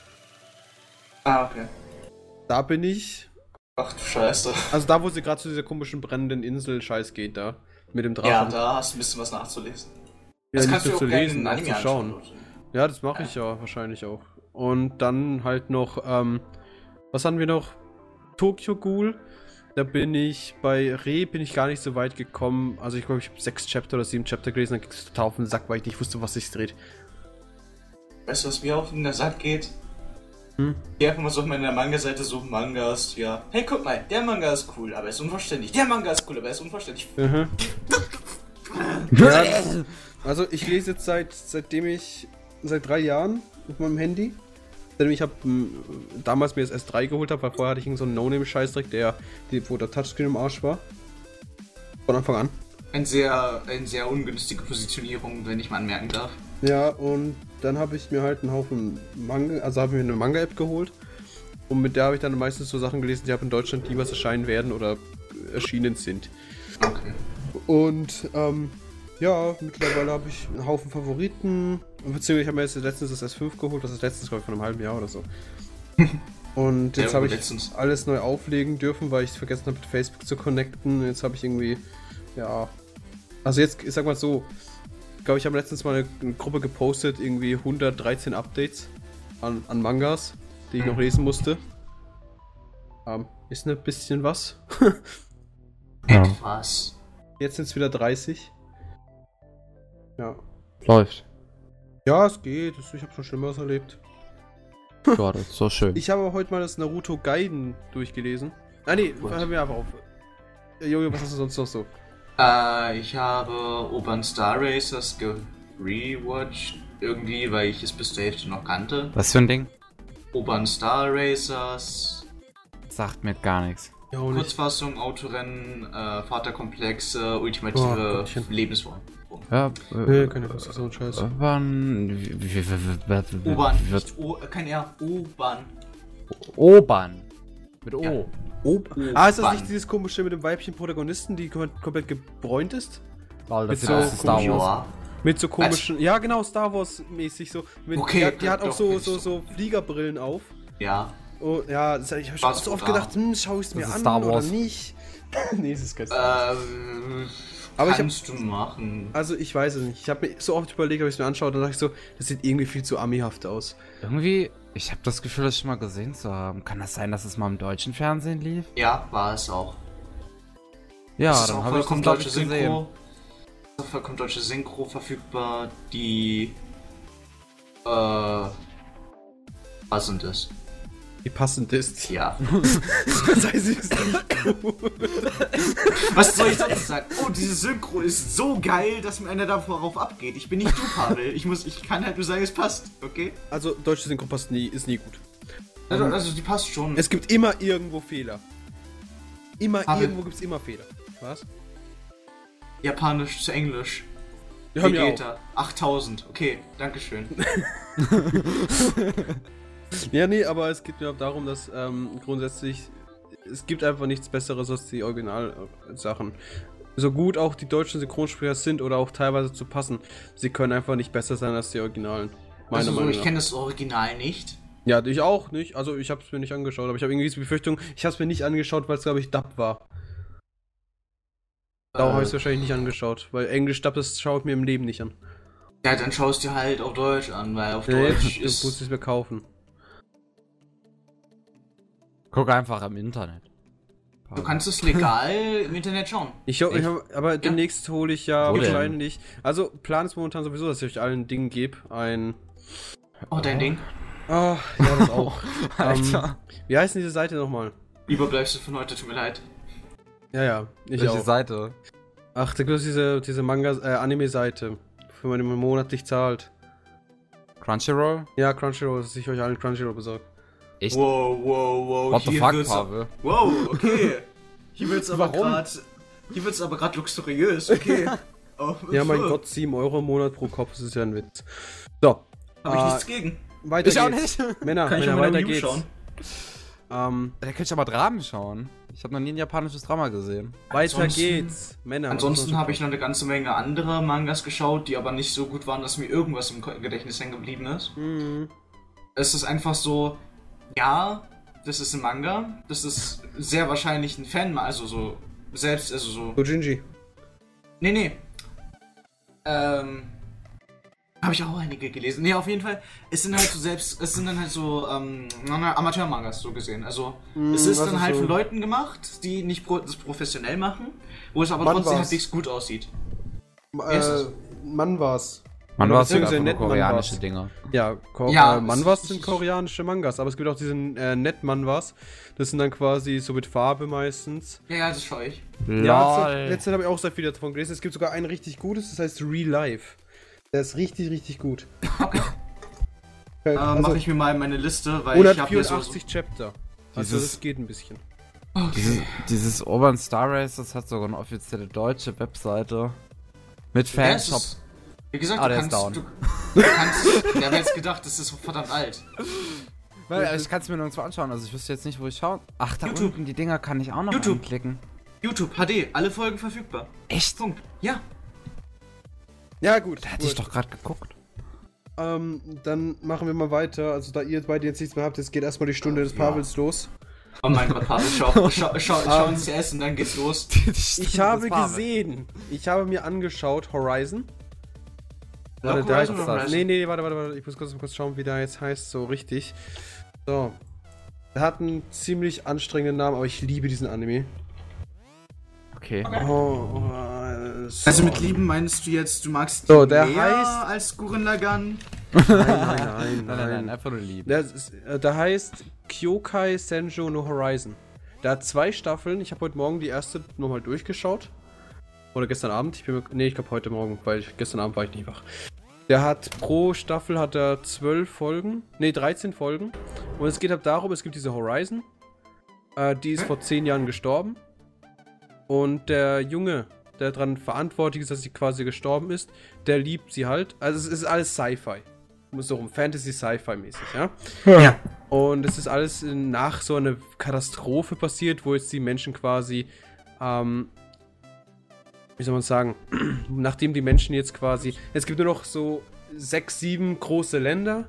Ah, okay. Da bin ich. Ach du Scheiße. Also da, wo sie gerade zu dieser komischen brennenden Insel-Scheiß geht da. Mit dem Drachen. Ja, da hast du ein bisschen was nachzulesen. Ja, das nicht kannst nur du auch zu gerne lesen, in auch Anime zu schauen. anschauen. Ja, das mache ich ja wahrscheinlich auch. Und dann halt noch, ähm, was haben wir noch? Tokyo Ghoul. Da bin ich, bei Re bin ich gar nicht so weit gekommen. Also ich glaube, ich habe sechs Chapter oder sieben Chapter gelesen, dann ging es total auf den Sack, weil ich nicht wusste, was sich dreht. Weißt du, was mir auf den Sack geht? Hm? Ich einfach mal so auf meiner Manga-Seite so Mangas, ja. Hey, guck mal, der Manga ist cool, aber er ist unverständlich. Der Manga ist cool, aber er ist unverständlich. Mhm. Ja, also ich lese jetzt seit, seitdem ich, seit drei Jahren auf meinem Handy. Seitdem ich hab, m, damals mir das S drei geholt habe, weil vorher hatte ich irgend so einen No-Name-Scheißdreck, der, die, wo der Touchscreen im Arsch war. Von Anfang an. Ein sehr, eine sehr ungünstige Positionierung, wenn ich mal anmerken darf. Ja, und dann habe ich mir halt einen Haufen Manga, also habe ich mir eine Manga-App geholt. Und mit der habe ich dann meistens so Sachen gelesen, die ab in Deutschland niemals erscheinen werden oder erschienen sind. Okay. Und ähm, ja, mittlerweile habe ich einen Haufen Favoriten. Beziehungsweise ich habe mir jetzt letztens das S fünf geholt, das ist letztens, glaube ich, von einem halben Jahr oder so. Und jetzt Ja, habe ich letztens. alles neu auflegen dürfen, weil ich es vergessen habe, mit Facebook zu connecten. Jetzt habe ich irgendwie, ja. Also jetzt, ich sag mal so, ich glaube, ich habe letztens mal eine, eine Gruppe gepostet, irgendwie hundertdreizehn Updates an, an Mangas, die ich noch lesen musste. Ähm, ist ein bisschen was. Ja. Etwas. Jetzt sind es wieder dreißig. Ja. Läuft. Ja, es geht. Ich habe schon Schlimmeres erlebt. Ja, das ist so schön. Ich habe heute mal das Naruto Gaiden durchgelesen. Ah nee, Gut. hören wir einfach auf. Äh, Jojo, was hast du sonst noch so? Äh, ich habe Urban Star Racers gerewatcht, irgendwie, weil ich es bis zur Hälfte noch kannte. Was für ein Ding? Urban Star Racers, Sagt mir gar nichts. Ja, auch nicht. Kurzfassung, Autorennen, äh, Vaterkomplexe, Oh, ultimative Gottchen. Lebensform. Ja, Nee, keine Lust, so ein Scheiß. Urban. wie- wie- wie- wie- wie- U-Bahn, wie- nicht O, äh, kein R, U-Bahn. Oban. Mit O. Ja. Oh. Ah, ist das Mann. nicht dieses komische mit dem weiblichen Protagonisten, die kom komplett gebräunt ist? Weil das Mit sieht so aus wie Star komischen- Wars. Ja. Mit so komischen. Ja, genau, Star Wars-mäßig so. Mit, Okay, die, hat- die hat auch doch, so, kenn ich so, so. so Fliegerbrillen auf. Ja. Oh, ja, das, ich habe schon Was so oft sogar? gedacht, hm, schau ich es mir Das ist an Star oder Wars. nicht. Nee, es ist kein Ähm, Aber Kannst ich hab, du machen. Also ich weiß es nicht. Ich habe mir so oft überlegt, ob ich es mir anschaue, dann dachte ich so, das sieht irgendwie viel zu Ami-haft aus. Irgendwie, ich habe das Gefühl, das schon mal gesehen zu haben. Kann das sein, dass es mal im deutschen Fernsehen lief? Ja, war es auch. Ja, es ist dann auch habe ich das, vollkommen glaub deutsche ich, Synchro. gesehen. Es ist auch vollkommen deutsche Synchro verfügbar, die äh passend ist. Wie passend ist. Ja. Das heißt, es ist nicht gut. Was soll ich sonst sagen? Oh, diese Synchro ist so geil, dass mir einer darauf abgeht. Ich bin nicht du, Pavel. Ich muss, ich kann halt nur sagen, es passt, okay? Also, deutsche Synchro passt nie, ist nie gut. Also, also die passt schon. Es gibt immer irgendwo Fehler. Immer, Aber- irgendwo gibt es immer Fehler. Was? Japanisch zu Englisch. Ja, mir auch. Vegeta. achttausend. Okay, dankeschön. Ja, nee, aber es geht mir auch darum, dass ähm, grundsätzlich es gibt einfach nichts Besseres als die Originalsachen. So gut auch die deutschen Synchronsprecher sind oder auch teilweise zu passen, sie können einfach nicht besser sein als die Originalen. Meiner Also so, Meinung ich nach. kenne das Original nicht. Ja, ich auch nicht. Also ich habe es mir nicht angeschaut, aber ich habe irgendwie die Befürchtung, ich habe es mir nicht angeschaut, weil es glaube ich Dub war. Darum habe ich es wahrscheinlich nicht angeschaut, weil Englisch Dub, das schaue ich mir im Leben nicht an. Ja, dann schaust du halt auf Deutsch an, weil auf Nee, Deutsch du ist... musst es mir kaufen. Guck einfach im Internet. Du kannst es legal im Internet schauen. Ich, ho- ich Echt? hab, aber demnächst hole ich ja Wo denn? wahrscheinlich. Also, Plan ist momentan sowieso, dass ich euch allen Dingen gebe. Ein. Oh, dein Ding. Ah, ja, das auch. Alter. Ähm, wie heißt denn diese Seite nochmal? Lieber bleibst du von heute, tut mir leid. Ja, ja, ich Welche auch. Seite? Ach, da gibt es diese, diese Manga, äh, Anime-Seite, für man immer monatlich zahlt. Crunchyroll? Ja, Crunchyroll, dass ich euch allen Crunchyroll besorge. Echt? Wow, wow, wow. What the hier fuck, wird's- Pavel? Wow, okay. Hier wird's aber Warum? gerade. Hier wird's aber gerade luxuriös, okay. Oh, Ja, mein pf, Gott, sieben Euro im Monat pro Kopf, das ist ja ein Witz. So, Hab ich äh, nichts gegen. weiter Ich auch geht's. nicht. Männer, Kann ich Männer, auch mal weiter Wii U geht's. schauen? Ähm, Da könnte ich aber Dramen schauen. Ich habe noch nie ein japanisches Drama gesehen. weiter Ansonsten- geht's. Männer. was Ansonsten ist habe ich noch eine ganze Menge andere Mangas geschaut, die aber nicht so gut waren, dass mir irgendwas im Ko- Gedächtnis hängen geblieben ist. Mhm. Es ist einfach so, ja, das ist ein Manga, das ist sehr wahrscheinlich ein Fan, also so, selbst, also so, Dojinji. nee, nee, ähm, habe ich auch einige gelesen. Nee, auf jeden Fall, es sind halt so selbst, es sind dann halt so, ähm, Amateur-Mangas, so gesehen, also, es ist was dann ist halt so? von Leuten gemacht, die nicht pro das professionell machen, wo es aber Mann trotzdem war's. halbwegs gut aussieht. Äh, ist das? Mann war's. Man Oder war sogar beziehungsweise nur Net koreanische Mangas. Dinge. Ja, Ko Ja, äh, Manwas es- sind koreanische Mangas, aber es gibt auch diesen äh, Net-Manwas. Das sind dann quasi so mit Farbe meistens. Ja, ja, das schaue ich. Ja, Lol. letzte Zeit habe ich auch sehr viel davon gelesen. Es gibt sogar ein richtig gutes, das heißt Real Life. Der ist richtig, richtig gut. Okay. Äh, Äh, also mache ich mir mal in meine Liste, weil ich habe hier so... hundertvierundachtzig Chapter. Also Dieses- das geht ein bisschen. Okay. Dieses, dieses Urban Star Race, das hat sogar eine offizielle deutsche Webseite. Mit Ja, es Fanshop. ist- Wie gesagt, Ah, du der ist kannst... down. Du, du kannst... Wer hätte jetzt gedacht, das ist so verdammt alt. Weil ich kann es mir nirgendwo anschauen, also ich wüsste jetzt nicht, wo ich schauen. Ach, da YouTube. unten, die Dinger kann ich auch noch YouTube. anklicken. YouTube, H D, alle Folgen verfügbar. Echt? Punkt. Ja. Ja, gut. Da hatte gut. ich doch gerade geguckt. Ähm, dann machen wir mal weiter. Also da ihr beide jetzt nichts mehr habt, jetzt geht erstmal die Stunde des Ja. Pavels los. Oh mein Gott, Pavel, schau, schau, schau, schau ins C S und dann geht's los. Ich habe gesehen, ich habe mir angeschaut Horizon. Warte, Block da Horizon ist oder Horizon? Nee, nee, warte, warte, warte. Ich muss kurz, kurz schauen, wie der jetzt heißt, so richtig. So. Er hat einen ziemlich anstrengenden Namen, aber ich liebe diesen Anime. Okay. Oh, äh, so. Also mit Lieben meinst du jetzt, du magst So, ihn der mehr heißt- als Gurren Lagann? Nein, nein, nein, Nein, nein, nein, nein. einfach nur lieb. Der, ist, äh, der heißt Kyokai Senju no Horizon. Der hat zwei Staffeln. Ich habe heute Morgen die erste nochmal durchgeschaut. Oder gestern Abend. Ich bin mir, nee, ich glaube heute Morgen, weil ich, gestern Abend war ich nicht wach. Der hat pro Staffel hat er zwölf Folgen. Nee, dreizehn Folgen. Und es geht halt darum, es gibt diese Horizon. Äh, die ist vor zehn Jahren gestorben. Und der Junge, der daran verantwortlich ist, dass sie quasi gestorben ist, der liebt sie halt. Also es ist alles Sci-Fi. So rum, Fantasy-Sci-Fi-mäßig, ja? Ja. Und es ist alles nach so einer Katastrophe passiert, wo jetzt die Menschen quasi, ähm, wie soll man sagen, nachdem die Menschen jetzt quasi, es gibt nur noch so sechs, sieben große Länder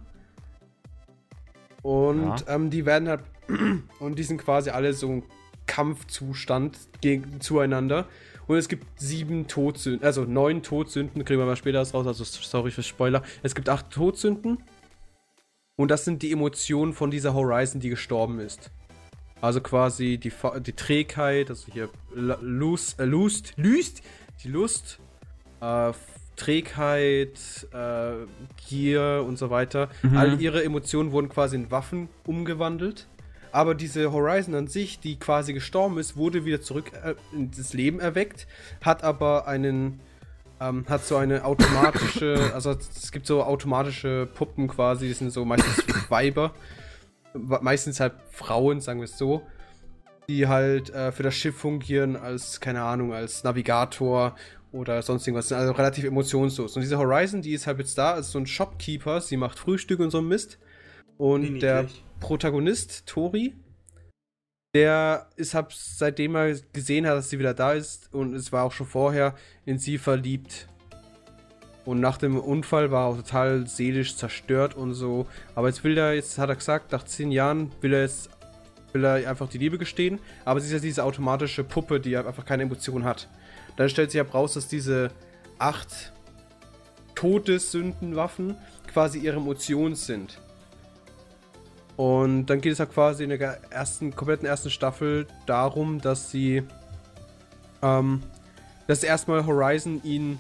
und Ja. ähm, die werden halt, und die sind quasi alle so ein Kampfzustand gegen, zueinander Und es gibt sieben Todsünden, also neun Todsünden, kriegen wir mal später raus, also sorry für Spoiler. Es gibt acht Todsünden. Und das sind die Emotionen von dieser Horizon, die gestorben ist. Also quasi die, die Trägheit, also hier Lust, äh, Lust, Lust, die Lust, äh, Trägheit, äh, Gier und so weiter. Mhm. All ihre Emotionen wurden quasi in Waffen umgewandelt. Aber diese Horizon an sich, die quasi gestorben ist, wurde wieder zurück äh, ins Leben erweckt, hat aber einen, ähm, hat so eine automatische, also es gibt so automatische Puppen quasi, die sind so meistens Weiber, meistens halt Frauen, sagen wir es so, die halt äh, für das Schiff fungieren als, keine Ahnung, als Navigator oder sonst irgendwas, also relativ emotionslos. Und diese Horizon, die ist halt jetzt da als so ein Shopkeeper, sie macht Frühstück und so ein Mist. Und nee, der nicht. Protagonist, Tori, der ist halt, seitdem er gesehen hat, dass sie wieder da ist, und es war auch schon vorher, in sie verliebt. Und nach dem Unfall war er auch total seelisch zerstört und so. Aber jetzt will er, jetzt hat er gesagt, nach zehn Jahren will er jetzt, will er einfach die Liebe gestehen. Aber sie ist ja diese automatische Puppe, die einfach keine Emotion hat. Dann stellt sich ja raus, dass diese acht Todessündenwaffen quasi ihre Emotionen sind. Und dann geht es ja quasi in der ersten, kompletten ersten Staffel darum, dass sie, ähm, dass erstmal Horizon ihn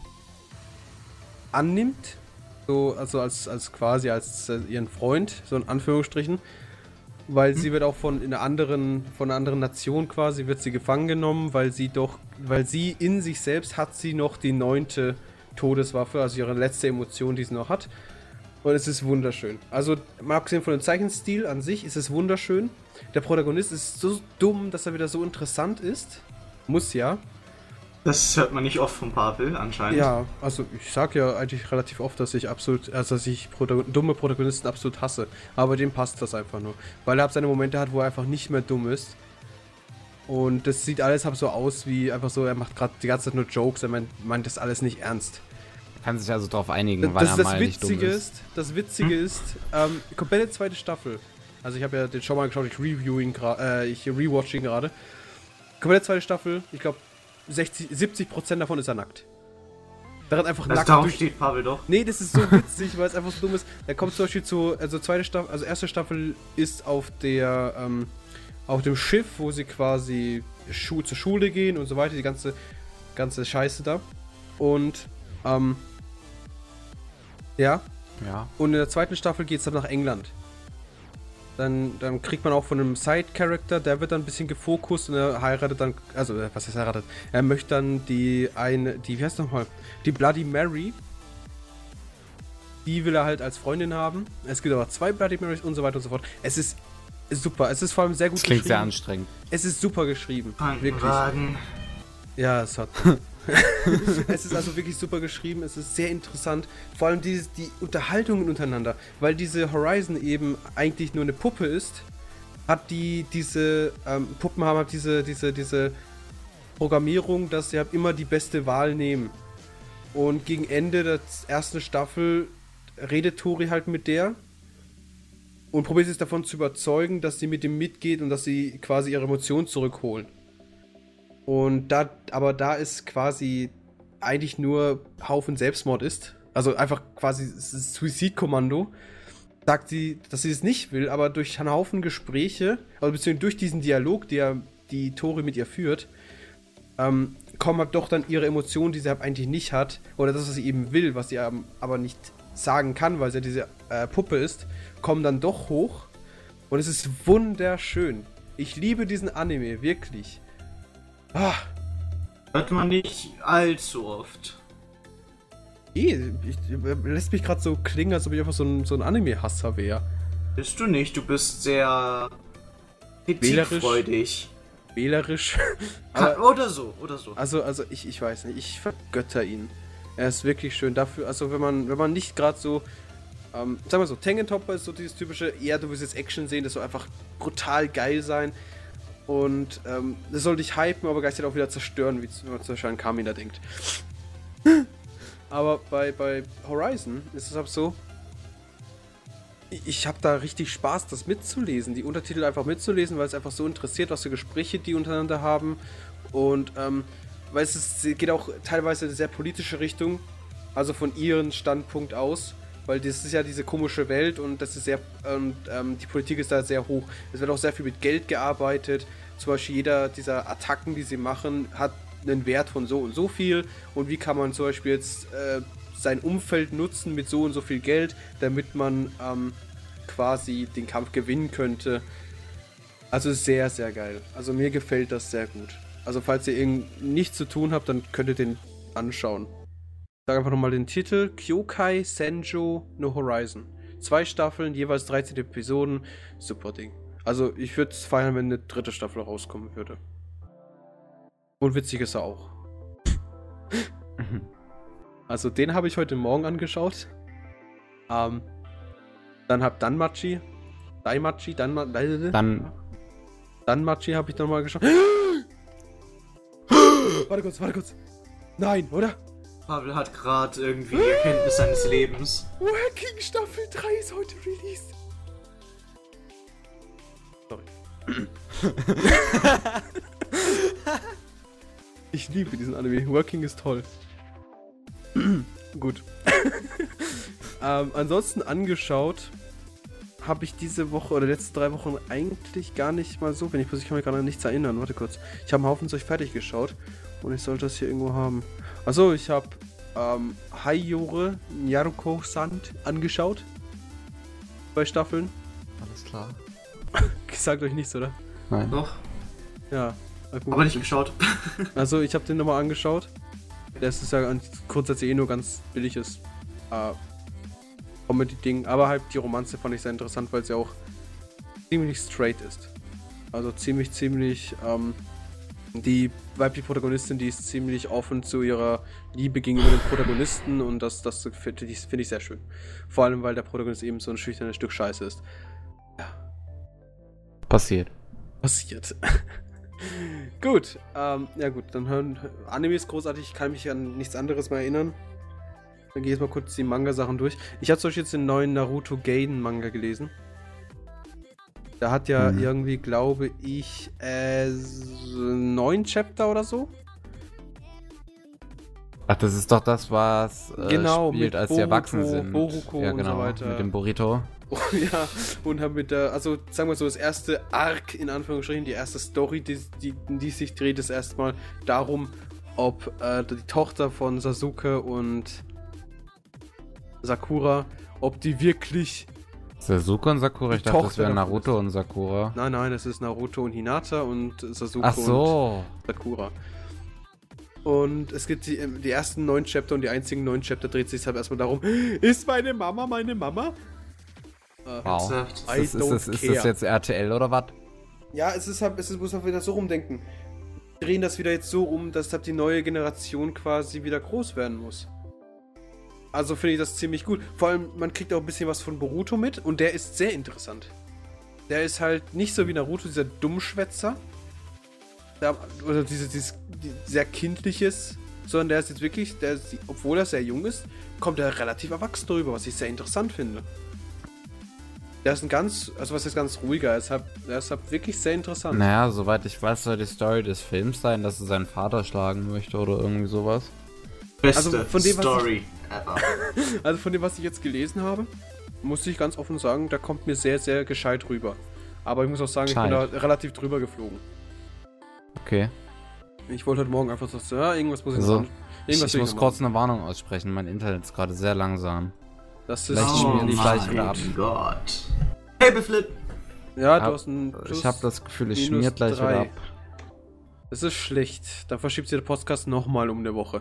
annimmt, so, also als, als quasi als äh, ihren Freund, so in Anführungsstrichen, weil mhm. sie wird auch von in einer anderen, von einer anderen Nation quasi, wird sie gefangen genommen, weil sie doch, weil sie in sich selbst hat sie noch die neunte Todeswaffe, also ihre letzte Emotion, die sie noch hat. Und es ist wunderschön. Also, mal abgesehen von dem Zeichenstil an sich, ist es wunderschön. Der Protagonist ist so dumm, dass er wieder so interessant ist. Muss ja. Das hört man nicht oft von Pavel, anscheinend. Ja, also ich sag ja eigentlich relativ oft, dass ich absolut, also dass ich Protagon- dumme Protagonisten absolut hasse. Aber dem passt das einfach nur. Weil er halt seine Momente hat, wo er einfach nicht mehr dumm ist. Und das sieht alles halt so aus wie einfach so, er macht gerade die ganze Zeit nur Jokes, er meint, meint das alles nicht ernst. Kann sich also darauf einigen, das, weil das, er das mal nicht dumm ist. ist. Das Witzige hm? ist, ähm, die komplette zweite Staffel, also ich habe ja den schon mal geschaut, ich review ihn gerade, äh, ich rewatch ihn gerade. Komplette zweite Staffel, ich glaube sechzig, siebzig Prozent davon ist er nackt. Da rennt einfach das nackt darum durch. Steht Pavel doch. Nee, das ist so witzig, weil es einfach so dumm ist. Da kommt zum Beispiel zu, also zweite Staffel, also erste Staffel ist auf der, ähm, auf dem Schiff, wo sie quasi Schu- zur Schule gehen und so weiter, die ganze, ganze Scheiße da. Und, ähm, Ja. Ja. Und in der zweiten Staffel geht es dann nach England. Dann, dann kriegt man auch von einem Side-Character, der wird dann ein bisschen gefokust und er heiratet dann, also was heißt heiratet? Er möchte dann die eine, die, wie heißt nochmal? Die Bloody Mary. Die will er halt als Freundin haben. Es gibt aber zwei Bloody Marys und so weiter und so fort. Es ist super. Es ist vor allem sehr gut das klingt geschrieben. sehr anstrengend. Es ist super geschrieben. Wirklich. Ja, es hat. Es ist also wirklich super geschrieben, es ist sehr interessant, vor allem die, die Unterhaltungen untereinander, weil diese Horizon eben eigentlich nur eine Puppe ist, hat die diese, ähm, Puppen haben halt diese, diese, diese Programmierung, dass sie halt immer die beste Wahl nehmen. Und gegen Ende der ersten Staffel redet Tori halt mit der und probiert sich davon zu überzeugen, dass sie mit dem mitgeht und dass sie quasi ihre Emotionen zurückholen. Und da, aber da ist quasi eigentlich nur Haufen Selbstmord ist, also einfach quasi Suizidkommando, sagt sie, dass sie es nicht will, aber durch einen Haufen Gespräche, also beziehungsweise durch diesen Dialog, der die Tori mit ihr führt, ähm, kommen halt doch dann ihre Emotionen, die sie halt eigentlich nicht hat, oder das, was sie eben will, was sie ähm, aber nicht sagen kann, weil sie ja diese äh, Puppe ist, kommen dann doch hoch und es ist wunderschön. Ich liebe diesen Anime, wirklich. Ah. Hört man nicht allzu oft. Eh, ich, lässt mich gerade so klingen, als ob ich einfach so ein, so ein Anime-Hasser wäre. Bist du nicht, du bist sehr kritikfreudig. Wählerisch. Oder so, oder so. Also, also ich, ich weiß nicht, ich vergötter ihn. Er ist wirklich schön dafür, also wenn man, wenn man nicht gerade so, ähm, sag mal so, Tengen Topper ist so dieses typische, eher du willst jetzt Action sehen, das soll einfach brutal geil sein. Und ähm, das soll dich hypen, aber gleichzeitig auch wieder zerstören, wie man zum Beispiel an Kamina denkt. Aber bei, bei Horizon ist es halt so, ich, ich habe da richtig Spaß, das mitzulesen, die Untertitel einfach mitzulesen, weil es einfach so interessiert, was für Gespräche die untereinander haben. Und ähm, weil es ist, geht auch teilweise in eine sehr politische Richtung, also von ihrem Standpunkt aus, weil das ist ja diese komische Welt und das ist sehr, und ähm, die Politik ist da sehr hoch. Es wird auch sehr viel mit Geld gearbeitet, zum Beispiel jeder dieser Attacken, die sie machen, hat einen Wert von so und so viel und wie kann man zum Beispiel jetzt äh, sein Umfeld nutzen mit so und so viel Geld, damit man ähm, quasi den Kampf gewinnen könnte. Also sehr, sehr geil. Also mir gefällt das sehr gut. Also falls ihr irgend nichts zu tun habt, dann könnt ihr den anschauen. Ich sage einfach nochmal den Titel. Kyokai Senjo no Horizon. Zwei Staffeln, jeweils dreizehn Episoden. Super Ding. Also ich würde es feiern, wenn eine dritte Staffel rauskommen würde. Und witzig ist er auch. Also den habe ich heute Morgen angeschaut. Ähm, dann hab Danmachi. Daimachi, Danma, Dann. Danmachi habe ich nochmal geschaut. Warte kurz, warte kurz. Nein, oder? Pavel hat gerade irgendwie die Erkenntnis seines Lebens. Working Staffel drei ist heute released. Sorry. Ich liebe diesen Anime. Working ist toll. Gut. ähm, ansonsten angeschaut habe ich diese Woche oder letzten drei Wochen eigentlich gar nicht mal so wenig. Ich kann mich gar an nichts erinnern. Warte kurz. Ich habe einen Haufen Zeug fertig geschaut und ich sollte das hier irgendwo haben. Achso, ich habe ähm, Haikyuu Nyaruko-Sand angeschaut. Zwei Staffeln. Alles klar. Sagt euch nichts, oder? Nein. Doch, Ja. aber nicht geschaut. Also ich habe den nochmal angeschaut. Das ist ja grundsätzlich eh nur ganz billiges äh, Comedy-Ding. Aber halt die Romanze fand ich sehr interessant, weil sie auch ziemlich straight ist. Also ziemlich, ziemlich, ähm, die weibliche Protagonistin, die ist ziemlich offen zu ihrer Liebe gegenüber den Protagonisten und das, das finde ich, find ich sehr schön. Vor allem, weil der Protagonist eben so ein schüchternes Stück Scheiße ist. Passiert. Passiert. Gut, ähm, ja gut, dann hören. Anime ist großartig, ich kann mich an nichts anderes mehr erinnern. Dann gehe ich jetzt mal kurz die Manga-Sachen durch. Ich habe zum Beispiel jetzt den neuen Naruto Gaiden-Manga gelesen. Da hat ja Mhm. irgendwie, glaube ich, äh, neun Chapter oder so. Ach, das ist doch das, was äh, Genau, spielt, mit als Boruto, sie erwachsen sind. Boruto ja, und genau, so weiter. mit dem Burrito. Ja, und haben mit der, also sagen wir so, das erste Arc, in Anführungsstrichen, die erste Story, die, die, die sich dreht, ist erstmal darum, ob äh, die Tochter von Sasuke und Sakura, ob die wirklich, Sasuke und Sakura? Ich Die dachte, das Tochter wären davon Naruto ist- und Sakura. nein, nein, es ist Naruto und Hinata und Sasuke Ach so. und Sakura. Und es gibt die, die ersten neun Chapter und die einzigen neun Chapter dreht sich halt erstmal darum, ist meine Mama meine Mama? Äh, Wow. Ernsthaft? I Ist, das- ist, don't das, ist care. das jetzt R T L oder was? Ja, es ist halt, es ist, muss man wieder so rumdenken. Wir drehen das wieder jetzt so um, dass halt die neue Generation quasi wieder groß werden muss. Also finde ich das ziemlich gut. Vor allem, man kriegt auch ein bisschen was von Boruto mit und der ist sehr interessant. Der ist halt nicht so wie Naruto, dieser Dummschwätzer. Der, oder diese, dieses die, sehr kindliches, sondern der ist jetzt wirklich, der ist, obwohl er sehr jung ist, kommt er relativ erwachsen drüber, was ich sehr interessant finde. Der ist ein ganz, also was ist ganz ruhiger, er ist halt, er ist halt wirklich sehr interessant. Naja, soweit ich weiß, soll die Story des Films sein, dass er seinen Vater schlagen möchte oder irgendwie sowas. Beste Also von dem, was Story ever. Also von dem, was ich jetzt gelesen habe, muss ich ganz offen sagen, da kommt mir sehr, sehr gescheit rüber. Aber ich muss auch sagen, ich bin da Gescheit. relativ drüber geflogen. Okay. Ich wollte heute Morgen einfach so, ja, irgendwas muss ich So, noch Ich, irgendwas ich will muss noch kurz machen. eine Warnung aussprechen. Mein Internet ist gerade sehr langsam. Das ist Vielleicht Oh schmieren die gleich mein wieder ab. Gott. Hey, Beflip! Ja, du Hab- hast ein Plus, Ich habe das Gefühl, es minus schmiert gleich drei. wieder ab. Das ist schlecht. Dann verschiebt sich der Podcast nochmal um eine Woche.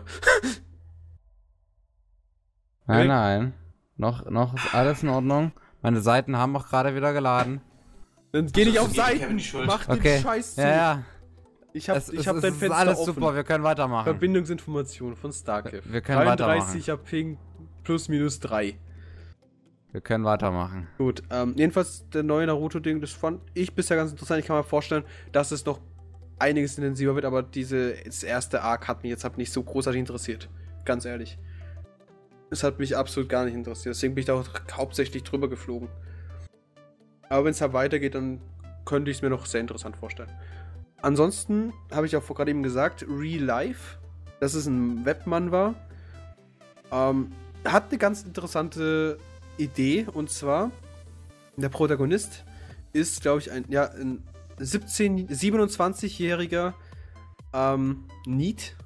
Nein, Okay. nein. Noch, noch ist alles in Ordnung. Meine Seiten haben auch gerade wieder geladen. Dann geh nicht Also, auf gebe Kevin Seiten. die Schuld. Mach den Okay. Scheiß zu. Ja, ja. Ich hab, Es, ich es, hab es dein ist Fenster alles offen. super, wir können weitermachen. Verbindungsinformation von Starcave. Wir können weitermachen. dreiunddreißiger Ping plus minus drei. Wir können weitermachen. Gut, ähm, jedenfalls der neue Naruto-Ding, das fand ich bisher ganz interessant. Ich kann mir vorstellen, dass es noch einiges intensiver wird, aber diese, das erste Arc hat mich jetzt halt nicht so großartig interessiert. Ganz ehrlich. Es hat mich absolut gar nicht interessiert. Deswegen bin ich da auch hauptsächlich drüber geflogen. Aber wenn es halt weitergeht, dann könnte ich es mir noch sehr interessant vorstellen. ansonsten habe ich auch vor gerade eben gesagt, Real Life, das ist ein Webmanhwa. Ähm, hat eine ganz interessante Idee, und zwar, der Protagonist ist, glaube ich, ein, ja, ein siebzehn, siebenundzwanzigjähriger ähm, Need,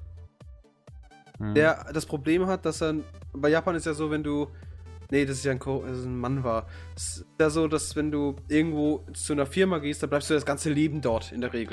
hm. der das Problem hat, dass er, bei Japan ist ja so, wenn du, nee, das ist ja ein, Ko- das ist ein Manhwa, es ist ja so, dass wenn du irgendwo zu einer Firma gehst, dann bleibst du das ganze Leben dort, in der Regel.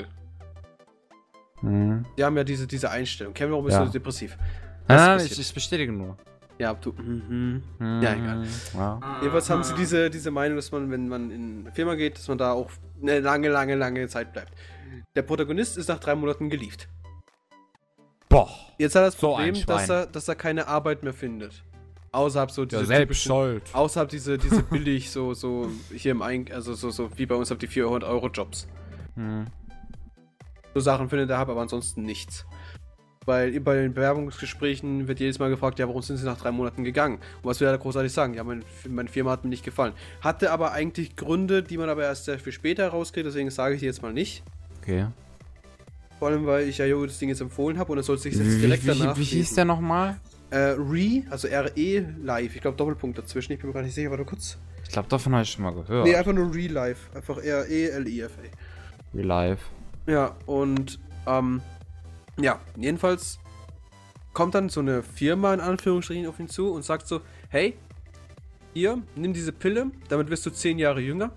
Hm. Die haben ja diese, diese Einstellung. Kevin, warum bist Ja. du depressiv? Ah, ich, ich bestätige nur. Ja, ob du. Mhm. Mhm. Ja, egal. Ja. Jedenfalls haben sie diese, diese Meinung, dass man, wenn man in eine Firma geht, dass man da auch eine lange, lange, lange Zeit bleibt. Der Protagonist ist nach drei Monaten gelieft. Boah. Jetzt hat er das So Problem, ein Schwein. dass er, dass er keine Arbeit mehr findet. Außerhalb so diese Ja, selbst typischen- schuld. Außerhalb diese, diese billig, so, so hier im Ein, also so, so wie bei uns ab die vierhundert Euro Jobs. Hm. So Sachen findet er, aber ansonsten nichts. Weil bei den Bewerbungsgesprächen wird jedes Mal gefragt, ja, warum sind sie nach drei Monaten gegangen? Und was will er da großartig sagen? Ja, mein, meine Firma hat mir nicht gefallen. Hatte aber eigentlich Gründe, die man aber erst sehr viel später herauskriegt, deswegen sage ich die jetzt mal nicht. Okay. Vor allem, weil ich ja Jo das Ding jetzt empfohlen habe und er soll sich jetzt Wie, direkt wie, danach wie hieß der nochmal? Äh, Re, also R E Live. Ich glaube Doppelpunkt dazwischen, ich bin mir gar nicht sicher, warte kurz. Ich glaube, davon habe ich schon mal gehört. Nee, einfach nur Re Live. Einfach R E L I F A. Real Life. Ja, und, ähm, ja, jedenfalls kommt dann so eine Firma in Anführungsstrichen auf ihn zu und sagt so, hey, hier, nimm diese Pille, damit wirst du zehn Jahre jünger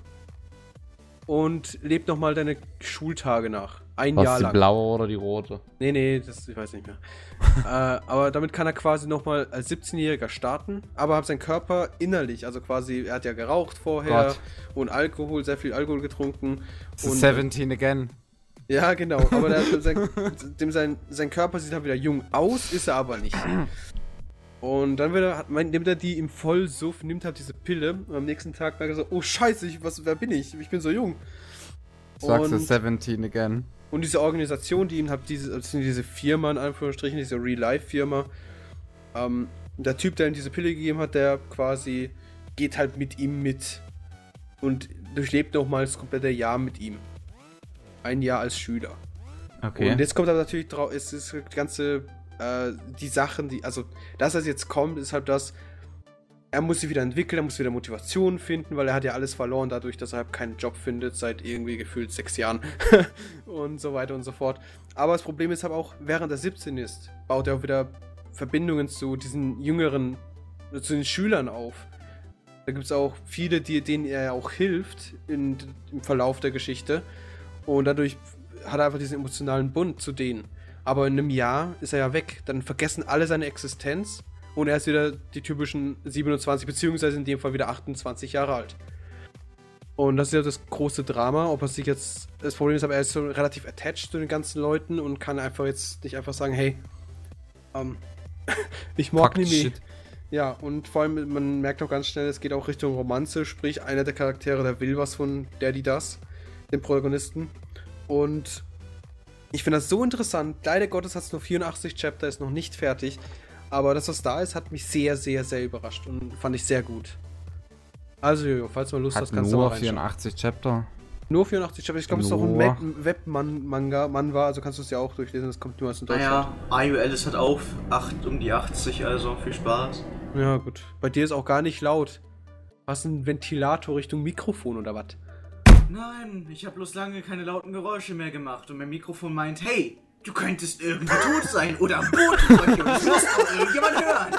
und leb nochmal deine Schultage nach. Ein Was, Jahr die lang. blaue oder die rote? Nee, nee, das, ich weiß nicht mehr. äh, aber damit kann er quasi nochmal als siebzehnjähriger starten, aber hat sein Körper innerlich, also quasi, er hat ja geraucht vorher Gott. und Alkohol, sehr viel Alkohol getrunken. It's und, seventeen again. Ja, genau, aber der, sein, dem sein, sein Körper sieht halt wieder jung aus, ist er aber nicht. Und dann wird er, hat, nimmt er die im Vollsuff, nimmt halt diese Pille und am nächsten Tag merkt er so, oh scheiße, ich, was, wer bin ich? Ich bin so jung. Sagst du Und- seventeen again. Und diese Organisation, die ihn hat, diese, das sind diese Firma in Anführungsstrichen, diese Real-Life-Firma, ähm, der Typ, der ihm diese Pille gegeben hat, der quasi geht halt mit ihm mit und durchlebt nochmal das komplette Jahr mit ihm. Ein Jahr als Schüler. Okay. Und jetzt kommt aber natürlich drauf, es ist die ganze, äh, die Sachen, die, also, dass das jetzt kommt, ist halt das, er muss sich wieder entwickeln, er muss wieder Motivation finden, weil er hat ja alles verloren dadurch, dass er halt keinen Job findet seit irgendwie gefühlt sechs Jahren und so weiter und so fort. Aber das Problem ist aber auch, während er siebzehn ist, baut er auch wieder Verbindungen zu diesen jüngeren, zu den Schülern auf. Da gibt es auch viele, die, denen er auch hilft in, im Verlauf der Geschichte und dadurch hat er einfach diesen emotionalen Bund zu denen. Aber in einem Jahr ist er ja weg, dann vergessen alle seine Existenz. Und er ist wieder die typischen siebenundzwanzig, beziehungsweise in dem Fall wieder achtundzwanzig Jahre alt. Und das ist ja das große Drama, ob er sich jetzt, das Problem ist aber, er ist so relativ attached zu den ganzen Leuten und kann einfach jetzt nicht einfach sagen, hey, ähm, ich mag Fuck nicht mehr. shit. Ja, und vor allem, man merkt auch ganz schnell, es geht auch Richtung Romanze, sprich, einer der Charaktere, der will was von der, die das, dem Protagonisten. Und ich finde das so interessant, leider Gottes hat es nur vierundachtzig Chapter, ist noch nicht fertig. Aber das, was da ist, hat mich sehr, sehr, sehr überrascht und fand ich sehr gut. Also, Jojo, falls du mal Lust Hat hast, kannst du mal nur reinschauen. vierundachtzig Chapter. Nur vierundachtzig Chapter. Ich glaube, es ist auch ein Nur. Webman-Manga, Manhwa, also kannst du es ja auch durchlesen, das kommt nur aus Deutschland. Naja, I U L ist halt auch acht, um die achtzig, also viel Spaß. Ja, gut. Bei dir ist auch gar nicht laut. Hast du einen Ventilator Richtung Mikrofon oder was? Nein, ich habe bloß lange keine lauten Geräusche mehr gemacht und mein Mikrofon meint, hey, du könntest irgendwie tot sein oder am Boden sprechen und das muss auch irgendjemand hören.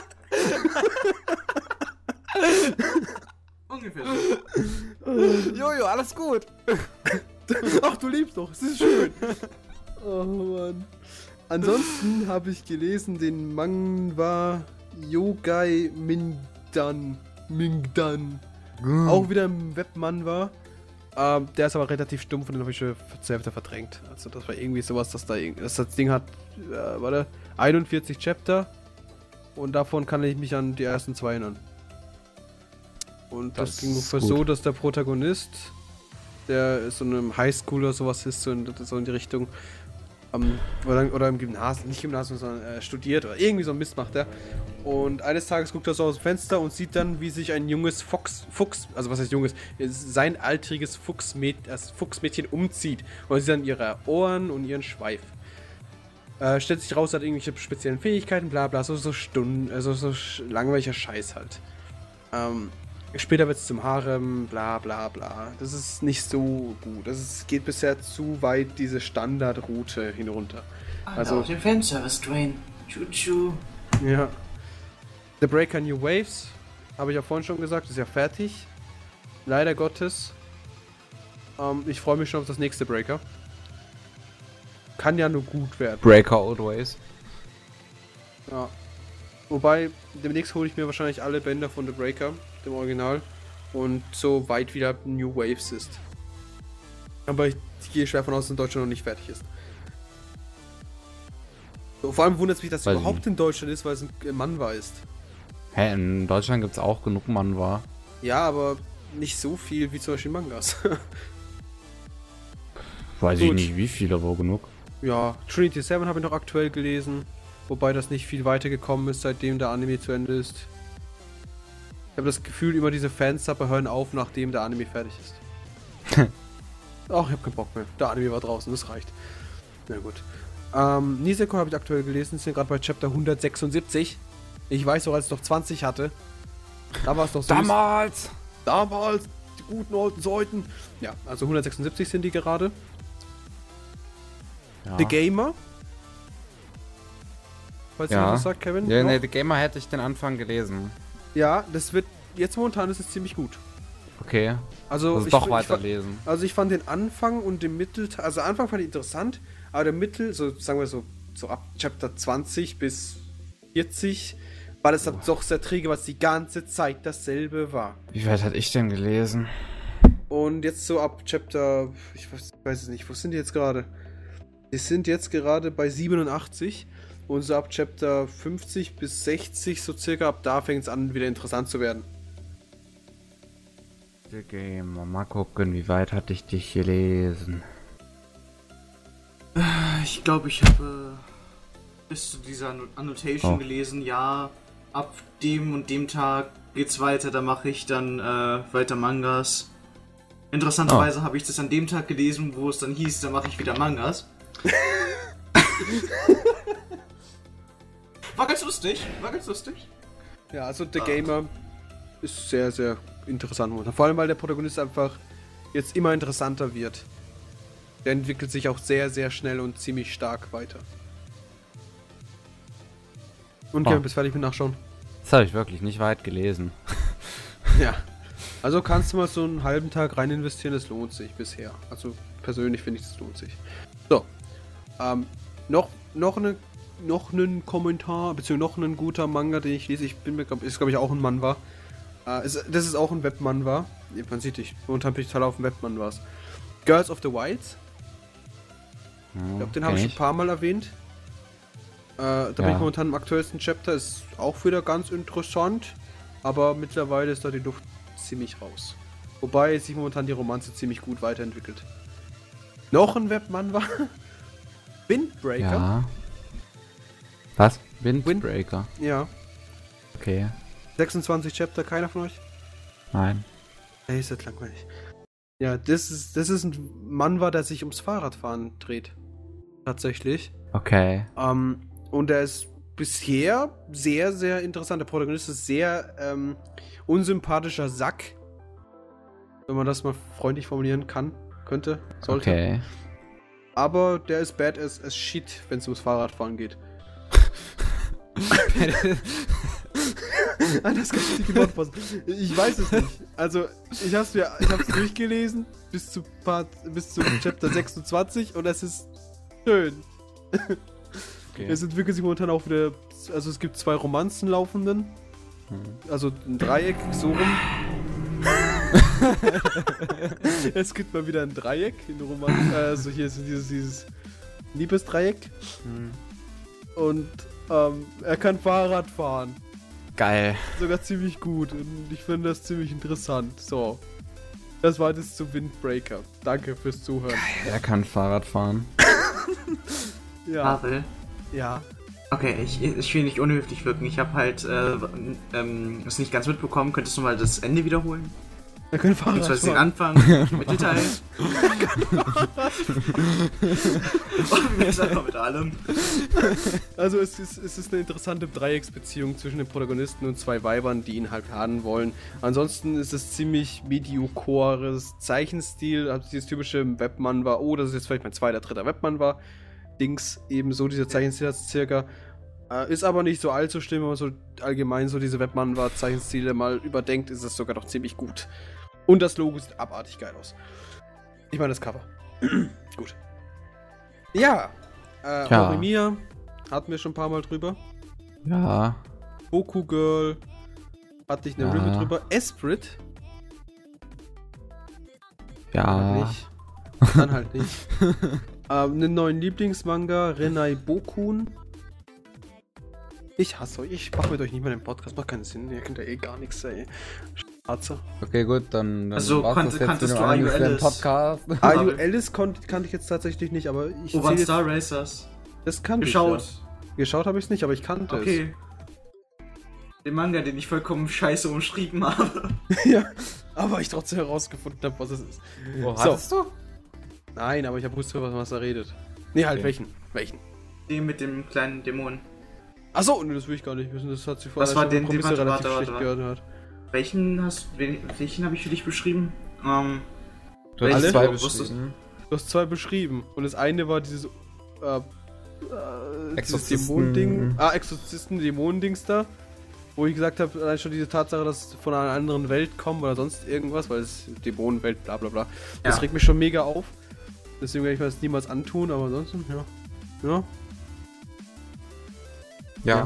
Ungefähr so. Jojo, alles gut. Ach, du lebst doch, es ist schön. Oh Mann. Ansonsten habe ich gelesen den Manhwa Yogai Mingdan. Mingdan. Auch wieder im Webmanhwa. Ähm, der ist aber relativ stumpf und den habe ich schon zur Hälfte verdrängt. Also das war irgendwie sowas, dass da irg- dass das Ding hat, äh, warte, einundvierzig Chapter und davon kann ich mich an die ersten zwei erinnern. Und das, Das ging ist ungefähr gut. so, dass der Protagonist, der so in einem Highschool oder sowas ist, so in, so in die Richtung, Ähm, oder, oder im Gymnasium, nicht Gymnasium, sondern äh, studiert oder irgendwie so ein Mist macht er. Und eines Tages guckt er so aus dem Fenster und sieht dann, wie sich ein junges Fox, Fuchs, also was heißt junges, sein altriges Fuchsmäd, das Fuchsmädchen umzieht. Und er sieht dann ihre Ohren und ihren Schweif. Äh, stellt sich raus, hat irgendwelche speziellen Fähigkeiten, bla bla, so, so Stunden, also so langweiliger Scheiß halt. Ähm, später wird es zum Harem, bla bla bla. Das ist nicht so gut. Das ist, geht bisher zu weit diese Standardroute hinunter. Also auf den Fanservice Train. Chuchu. Ja. The Breaker New Waves, habe ich ja vorhin schon gesagt, ist ja fertig. Leider Gottes. Ähm, ich freue mich schon auf das nächste Breaker. Kann ja nur gut werden. Breaker Old Ways. Ja. Wobei, demnächst hole ich mir wahrscheinlich alle Bänder von The Breaker, dem Original. Und so weit wieder New Waves ist. Aber ich, ich gehe schwer davon aus, dass in Deutschland noch nicht fertig ist. So, vor allem wundert es mich, dass es überhaupt in Deutschland ist, weil es ein Manhwa ist. Hä, in Deutschland gibt es auch genug Manhwa. Ja, aber nicht so viel wie zum Beispiel Mangas. Weiß Gut. ich nicht wie viel, aber genug. Ja, Trinity Seven habe ich noch aktuell gelesen. Wobei das nicht viel weitergekommen ist, seitdem der Anime zu Ende ist. Ich habe das Gefühl, immer diese Fansubber hören auf, nachdem der Anime fertig ist. Ach, ich habe keinen Bock mehr. Der Anime war draußen, das reicht. Na gut. Ähm, Niseko habe ich aktuell gelesen, sind gerade bei Chapter hundertsechsundsiebzig. Ich weiß noch, als es noch zwanzig hatte. Da war es noch so. Damals! Damals! Die guten alten Zeiten! Ja, also hundertsechsundsiebzig sind die gerade. Ja. The Gamer. Falls Ja. du das sagt, Kevin. Ja, noch? nee, The Gamer hätte ich den Anfang gelesen. Ja, das wird. Jetzt momentan ist es ziemlich gut. Okay. Also, Also ich, doch ich, weiterlesen. also ich fand den Anfang und den Mittelteil. Also Anfang fand ich interessant, aber der Mittel, so sagen wir so, so ab Chapter zwanzig bis vierzig, war das dann doch sehr träge, was die ganze Zeit dasselbe war. Wie weit hatte ich denn gelesen? Und jetzt so ab Chapter. Ich weiß, ich weiß es nicht, wo sind die jetzt gerade? Die sind jetzt gerade bei siebenundachtzig. Und so ab Chapter fünfzig bis sechzig, so circa, ab da fängt es an, wieder interessant zu werden. The Gamer. Mal gucken, wie weit hatte ich dich gelesen? Ich glaube, ich habe bis zu dieser Anno- Annotation Oh. gelesen, ja, ab dem und dem Tag geht's weiter, da mache ich dann äh, weiter Mangas. Interessanterweise Oh. habe ich das an dem Tag gelesen, wo es dann hieß, da mache ich wieder Mangas. War ganz lustig, war ganz lustig. Ja, also The Ah. Gamer ist sehr, sehr interessant momentan. Vor allem, weil der Protagonist einfach jetzt immer interessanter wird. Der entwickelt sich auch sehr, sehr schnell und ziemlich stark weiter. Und Oh. Kevin, bist fertig mit Nachschauen? Das habe ich wirklich nicht weit gelesen. Ja. Also kannst du mal so einen halben Tag rein investieren, das lohnt sich bisher. Also persönlich finde ich, das lohnt sich. So. Ähm, noch, noch eine noch einen Kommentar, beziehungsweise noch ein guter Manga, den ich lese. Ich bin mir glaub, ist glaube ich auch ein Manhwa. Äh, ist, das ist auch ein Webmanhwa. Man sieht dich. Momentan bin ich total auf dem Webmanhwas. Girls of the Wilds. Ich glaube, den habe ich schon ein paar Mal erwähnt. Äh, da bin Ja. ich momentan im aktuellsten Chapter. Ist auch wieder ganz interessant. Aber mittlerweile ist da die Luft ziemlich raus. Wobei sich momentan die Romanze ziemlich gut weiterentwickelt. Noch ein Webmanhwa. Windbreaker. Ja. Was? Windbreaker? Ja. Okay. sechsundzwanzig Chapter, keiner von euch? Nein. Ey, ist das langweilig. Ja, das ist, das ist ein Manhwa, der sich ums Fahrradfahren dreht. Tatsächlich. Okay. Ähm, und er ist bisher sehr, sehr interessant. Der Protagonist ist sehr ähm, unsympathischer Sack. Wenn man das mal freundlich formulieren kann, könnte, sollte. Okay. Aber der ist bad as, as shit, wenn es ums Fahrradfahren geht. Das kann ich nicht Wort fassen. Ich weiß es nicht. Also, ich hab's mir, ich hab's durchgelesen bis zu Part, bis zu Chapter sechsundzwanzig und es ist schön. Okay. Es entwickelt sich momentan auch wieder, also es gibt zwei Romanzen laufenden. Hm. Also ein Dreieck, so rum. Es gibt mal wieder ein Dreieck in Roman. Also hier ist dieses, dieses Liebesdreieck. Hm. Und ähm, er kann Fahrrad fahren. Geil. Sogar ziemlich gut. Und ich finde das ziemlich interessant. So. Das war das zu Windbreaker. Danke fürs Zuhören. Er kann Fahrrad fahren. Ja. Marvel. Ja. Okay, ich, ich will nicht unhöflich wirken. Ich habe halt äh, ähm, es nicht ganz mitbekommen. Könntest du mal das Ende wiederholen? Wir können Fahrrad Beziehungsweise den fahren. Anfang, Mittelteil. Und wir sind einfach mit allem. Also es ist, es ist eine interessante Dreiecksbeziehung zwischen den Protagonisten und zwei Weibern, die ihn halt haben wollen. Ansonsten ist es ziemlich mediokores Zeichenstil, also dieses typische Webmann war, oh, das ist jetzt vielleicht mein zweiter, dritter Webmann war. Dings, ebenso dieser Zeichenstil hat circa. Äh, ist aber nicht so allzu schlimm, wenn man so allgemein so diese Webmann war Zeichenstile mal überdenkt, ist es sogar noch ziemlich gut. Und das Logo sieht abartig geil aus. Ich meine das Cover. Gut. Ja. Äh, Ja. Horimiya hatten wir schon ein paar Mal drüber. Ja. Boku Girl hatte ich eine Ja. Review drüber. Esprit. Ja. Nicht. Dann halt nicht. ähm, einen neuen Lieblingsmanga, Renai Bokun. Ich hasse euch. Ich mach mit euch nicht mehr den Podcast. Macht keinen Sinn. Ihr könnt ja eh gar nichts, ey. Schwarze. Okay, gut, dann, dann Also, war's konnt- das jetzt kanntest für du den I U Alice? Podcast. Ah, U Alice konnt, kannte ich jetzt tatsächlich nicht, aber ich Ovan zähl jetzt, Star Racers. das kannte Geschaut. ich. Ja. Geschaut habe ich es nicht, aber ich kannte Okay. Den Manga, den ich vollkommen scheiße umschrieben habe. es. Ja, aber ich trotzdem herausgefunden habe, was es ist. Wo So. hattest du? Nein, aber ich habe wusste, was, was er redet. Nee, halt, Okay. welchen? Welchen? Den mit dem kleinen Dämon. Achso, nee, das will ich gar nicht wissen. Das hat sie vorher Das war schon den- bekommen, den- bis er warte, relativ warte, schlecht warte, gehört hat. Welchen hast wen, welchen habe ich für dich beschrieben? Ähm, Du hast Welche? zwei Wo wusstest beschrieben. Du hast zwei beschrieben. Und das eine war dieses, äh, äh, dieses Exorzisten. Dämonending. Ah, Exorzisten-Dämonendings da. Wo ich gesagt habe, allein schon diese Tatsache, dass es von einer anderen Welt kommen oder sonst irgendwas, weil es Dämonenwelt, bla bla bla. Das Ja. regt mich schon mega auf. Deswegen werde ich mir das niemals antun, aber ansonsten, ja. Ja. Ja.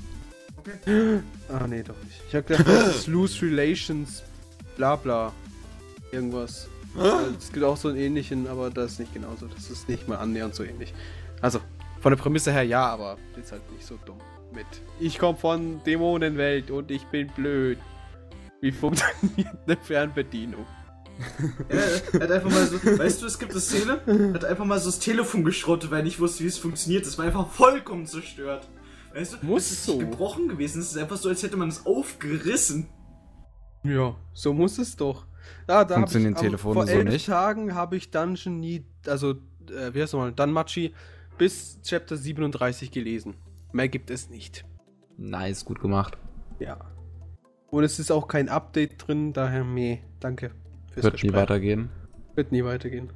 Ah, nee, doch nicht. Ich hab gedacht, das ist Loose Relations, bla bla. Irgendwas. Es gibt auch so einen ähnlichen, aber das ist nicht genauso. Das ist nicht mal annähernd so ähnlich. Also, von der Prämisse her ja, aber jetzt halt nicht so dumm mit. Ich komme von Dämonenwelt und ich bin blöd. Wie funktioniert eine Fernbedienung? Ja, er hat einfach mal so, weißt du, es gibt eine Szene, er hat einfach mal so das Telefon geschrottet, weil er nicht wusste, wie es funktioniert. Das war einfach vollkommen zerstört. Weißt du, Muss es ist so. nicht gebrochen gewesen, es ist einfach so, als hätte man es aufgerissen. Ja, so muss es doch. Ah, da Funktionieren hab ich, am- Telefone vor so elf nicht? Tagen habe ich Dungeon nie, also, äh, wie heißt nochmal, Danmachi bis Chapter siebenunddreißig gelesen. Mehr gibt es nicht. Nice, gut gemacht. Ja. Und es ist auch kein Update drin, daher meh. Danke fürs Wird nie weitergehen. Wird nie weitergehen.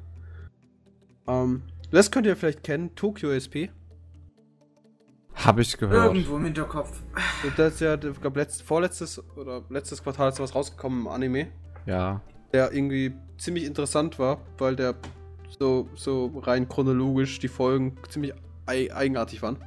Ähm, das könnt ihr vielleicht kennen, Tokyo S P. Hab ich gehört. Irgendwo im Hinterkopf. Das ist ja, ich glaube, letzt, vorletztes oder letztes Quartal ist was rausgekommen im Anime, Ja. der irgendwie ziemlich interessant war, weil der so, so rein chronologisch die Folgen ziemlich ei- eigenartig waren.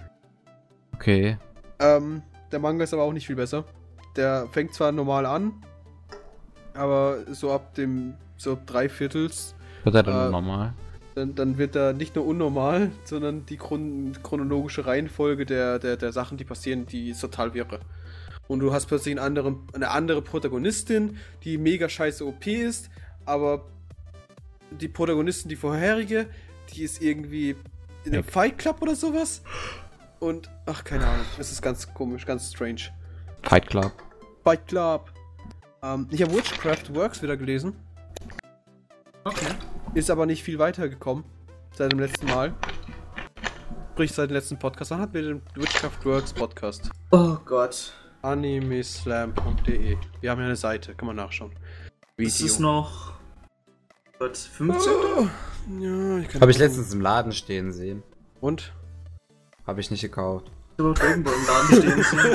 Okay. Ähm, der Manga ist aber auch nicht viel besser. Der fängt zwar normal an, aber so ab dem, so ab drei Viertels, Wird er dann Äh, normal? dann, dann wird er nicht nur unnormal, sondern die chron chronologische Reihenfolge der, der, der Sachen, die passieren, die ist total wirre. Und du hast plötzlich einen anderen, eine andere Protagonistin, die mega scheiße O P ist, aber die Protagonistin, die vorherige, die ist irgendwie in einem Weg. Fight Club oder sowas. Und, ach, keine Ahnung, es ist ganz komisch, ganz strange. Fight Club. Fight Club. Ähm, ich habe Witchcraft Works wieder gelesen. Okay. Ist aber nicht viel weitergekommen seit dem letzten Mal. Sprich, seit dem letzten Podcast. Wann hatten wir den Witchcraft Works Podcast? Oh Gott. animeslam punkt de. Wir haben ja eine Seite, kann man nachschauen. Das ist noch... Gott, fünfzehn? Oh, ja, ich kann Habe ich gucken. letztens im Laden stehen sehen. Und? Habe ich nicht gekauft. Ich hab irgendwo im Laden stehen sehen.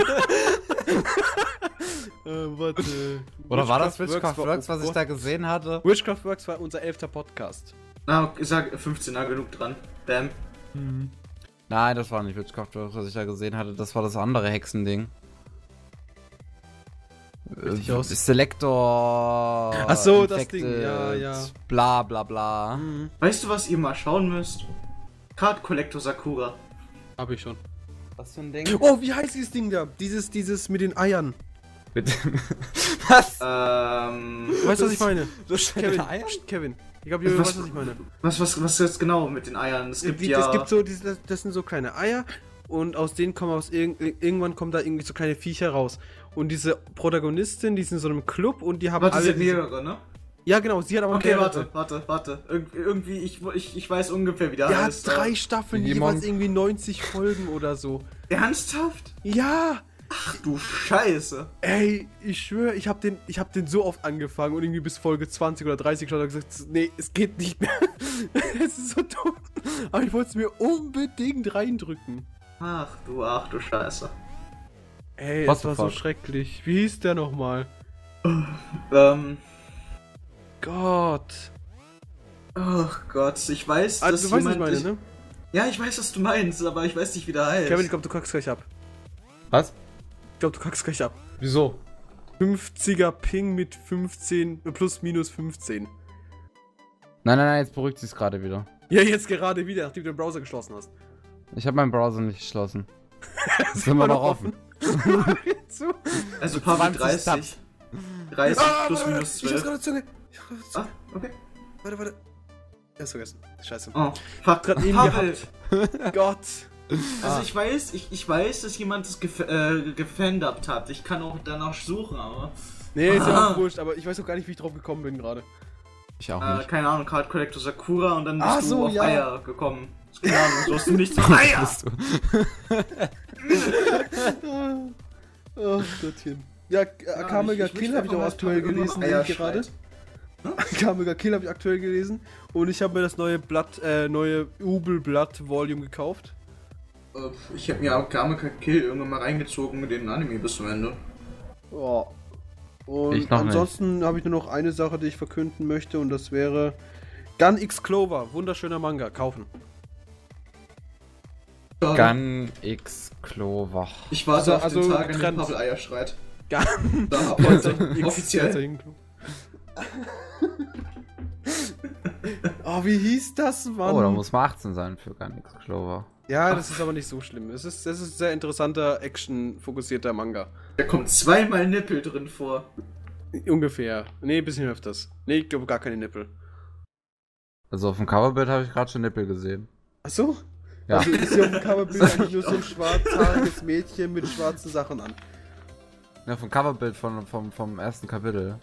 Äh, warte. Oder war das Witchcraft Witchcraft war- Works, was oh ich Gott. da gesehen hatte? Witchcraft Works war unser elfter Podcast. Na, ich sag fünfzehn, na genug dran. Bam. Nein, das war nicht Witchcraft Works, was ich da gesehen hatte. Das war das andere Hexending. Richtig Äh, aus. Selector. Ach so, das Infected, Ding, ja, ja. Bla bla bla. Weißt du, was ihr mal schauen müsst? Card Collector Sakura. Hab ich schon. Was für ein Ding? Oh, wie heißt dieses Ding da? Dieses, dieses mit den Eiern. Bitte. Was? Ähm. Weißt du, was ich meine? Das Kevin, Eier? Psst, Kevin. Ich glaube, ihr Was- weißt, was ich meine. Was, was, was jetzt genau mit den Eiern? Es gibt Wie- ja... Es gibt so, diese, das, das sind so kleine Eier und aus denen kommen aus irg irgendwann kommen da irgendwie so kleine Viecher raus. Und diese Protagonistin, die ist in so einem Club und die haben Warte, alle. sie hat diese- mehrere, ne? Ja, genau, sie hat aber Okay, mehrere. warte, warte, warte. Irg irgendwie, ich, ich, ich weiß ungefähr, wie der Der hat heißt. drei aber- Staffeln, Digimon. jeweils irgendwie neunzig Folgen oder so. Ernsthaft? Ja! Ach du Scheiße. Ey, ich schwöre, ich hab den, ich hab den so oft angefangen und irgendwie bis Folge zwanzig oder dreißig geschaut und gesagt, nee, es geht nicht mehr. Es ist so dumm. Aber ich wollte es mir unbedingt reindrücken. Ach du, ach du Scheiße. Ey, What es the war so fuck? schrecklich. Wie hieß der nochmal? Ähm, Gott. oh Gott, ich weiß, Ah, dass du weißt, was ich jemand... meine, ich, ne? Ja, ich weiß, was du meinst, aber ich weiß nicht, wie der heißt. Kevin, ich glaube, du kackst gleich ab. Was? Ich glaube, du kackst gleich ab. Wieso? fünfziger Ping mit fünfzehn, äh, plus minus fünfzehn. Nein, nein, nein, jetzt beruhigt sich's gerade wieder. Ja, jetzt gerade wieder, nachdem du den Browser geschlossen hast. Ich habe meinen Browser nicht geschlossen. Ist Ist immer noch offen. Zu. Also Pavel zwanzig dreißig. dreißig Ah, plus warte, minus warte, ich hab's zwölf. gerade Zunge. Ich hab grad Zunge. Ah, okay. Warte, warte. Ich hab's vergessen. Scheiße. Oh, fuck. Grad eben Pavel. Gott. Also Ah. ich weiß, ich, ich weiß, dass jemand das gef äh, gefandabt hat. Ich kann auch danach suchen, aber... Nee, ist ja Ah. auch wurscht, aber ich weiß auch gar nicht, wie ich drauf gekommen bin gerade. Ich auch Äh, nicht. keine Ahnung, Card Collector Sakura und dann bist Ach du so, auf ja. Eier gekommen. Keine Ahnung, so hast du nichts auf Eier! Bist du? Oh Gottchen. Ja, Akamega Kill habe ich auch aktuell gelesen, Eier sehe ich gerade. schreit. Akamega Kill habe ich aktuell gelesen. Und ich habe mir das neue Blatt, äh, neue Ubel-Blatt Volume gekauft. Äh, Ich habe mir Akamega Kill irgendwann mal reingezogen mit dem Anime bis zum Ende. Ja. Und Ich noch nicht. ansonsten habe ich nur noch eine Sache, die ich verkünden möchte, und das wäre Gun X Clover, wunderschöner Manga, kaufen. Gun X Clover. Ich warte Also- auf den also Tag, an dem getrennt. Pavel Eier schreit. Gun Da, X, offiziell. Oh, wie hieß das, Mann? Oh, da muss man achtzehn sein für Gun X Clover. Ja, das ist aber nicht so schlimm. Es ist, es ist ein sehr interessanter, action-fokussierter Manga. Da kommt zweimal Nippel drin vor. Ungefähr. Nee, ein bisschen öfters. Nee, ich glaube gar keine Nippel. Also auf dem Coverbild habe ich gerade schon Nippel gesehen. Achso? Ja. Also ist hier auf dem Coverbild eigentlich nur so ein schwarzhaariges Mädchen mit schwarzen Sachen an. Ja, vom Coverbild von, vom, vom ersten Kapitel.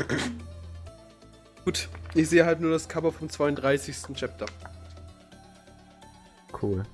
Gut, ich sehe halt nur das Cover vom zweiunddreißigsten Chapter. Cool.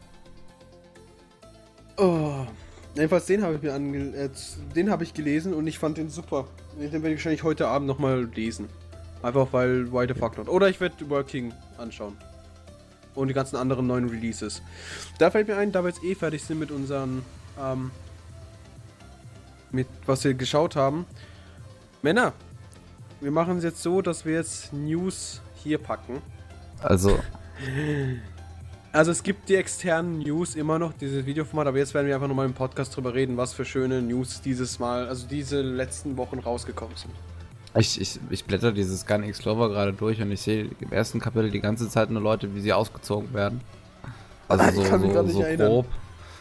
Oh. Jedenfalls den habe ich mir ange äh, den habe ich gelesen und ich fand den super. Den werde ich wahrscheinlich heute Abend nochmal lesen. Einfach weil why the fuck not. Oder ich werde Working anschauen. Und die ganzen anderen neuen Releases. Da fällt mir ein, da wir jetzt eh fertig sind mit unseren ähm, mit was wir geschaut haben. Männer, wir machen es jetzt so, dass wir jetzt News hier packen. Also, Also es gibt die externen News immer noch, dieses Videoformat, aber jetzt werden wir einfach nochmal im Podcast drüber reden, was für schöne News dieses Mal, also diese letzten Wochen rausgekommen sind. ich, ich, ich blätter dieses Gun X Clover gerade durch und ich sehe im ersten Kapitel die ganze Zeit nur Leute, wie sie ausgezogen werden. Also Ich so, kann mich so, grad nicht so erinnern. grob.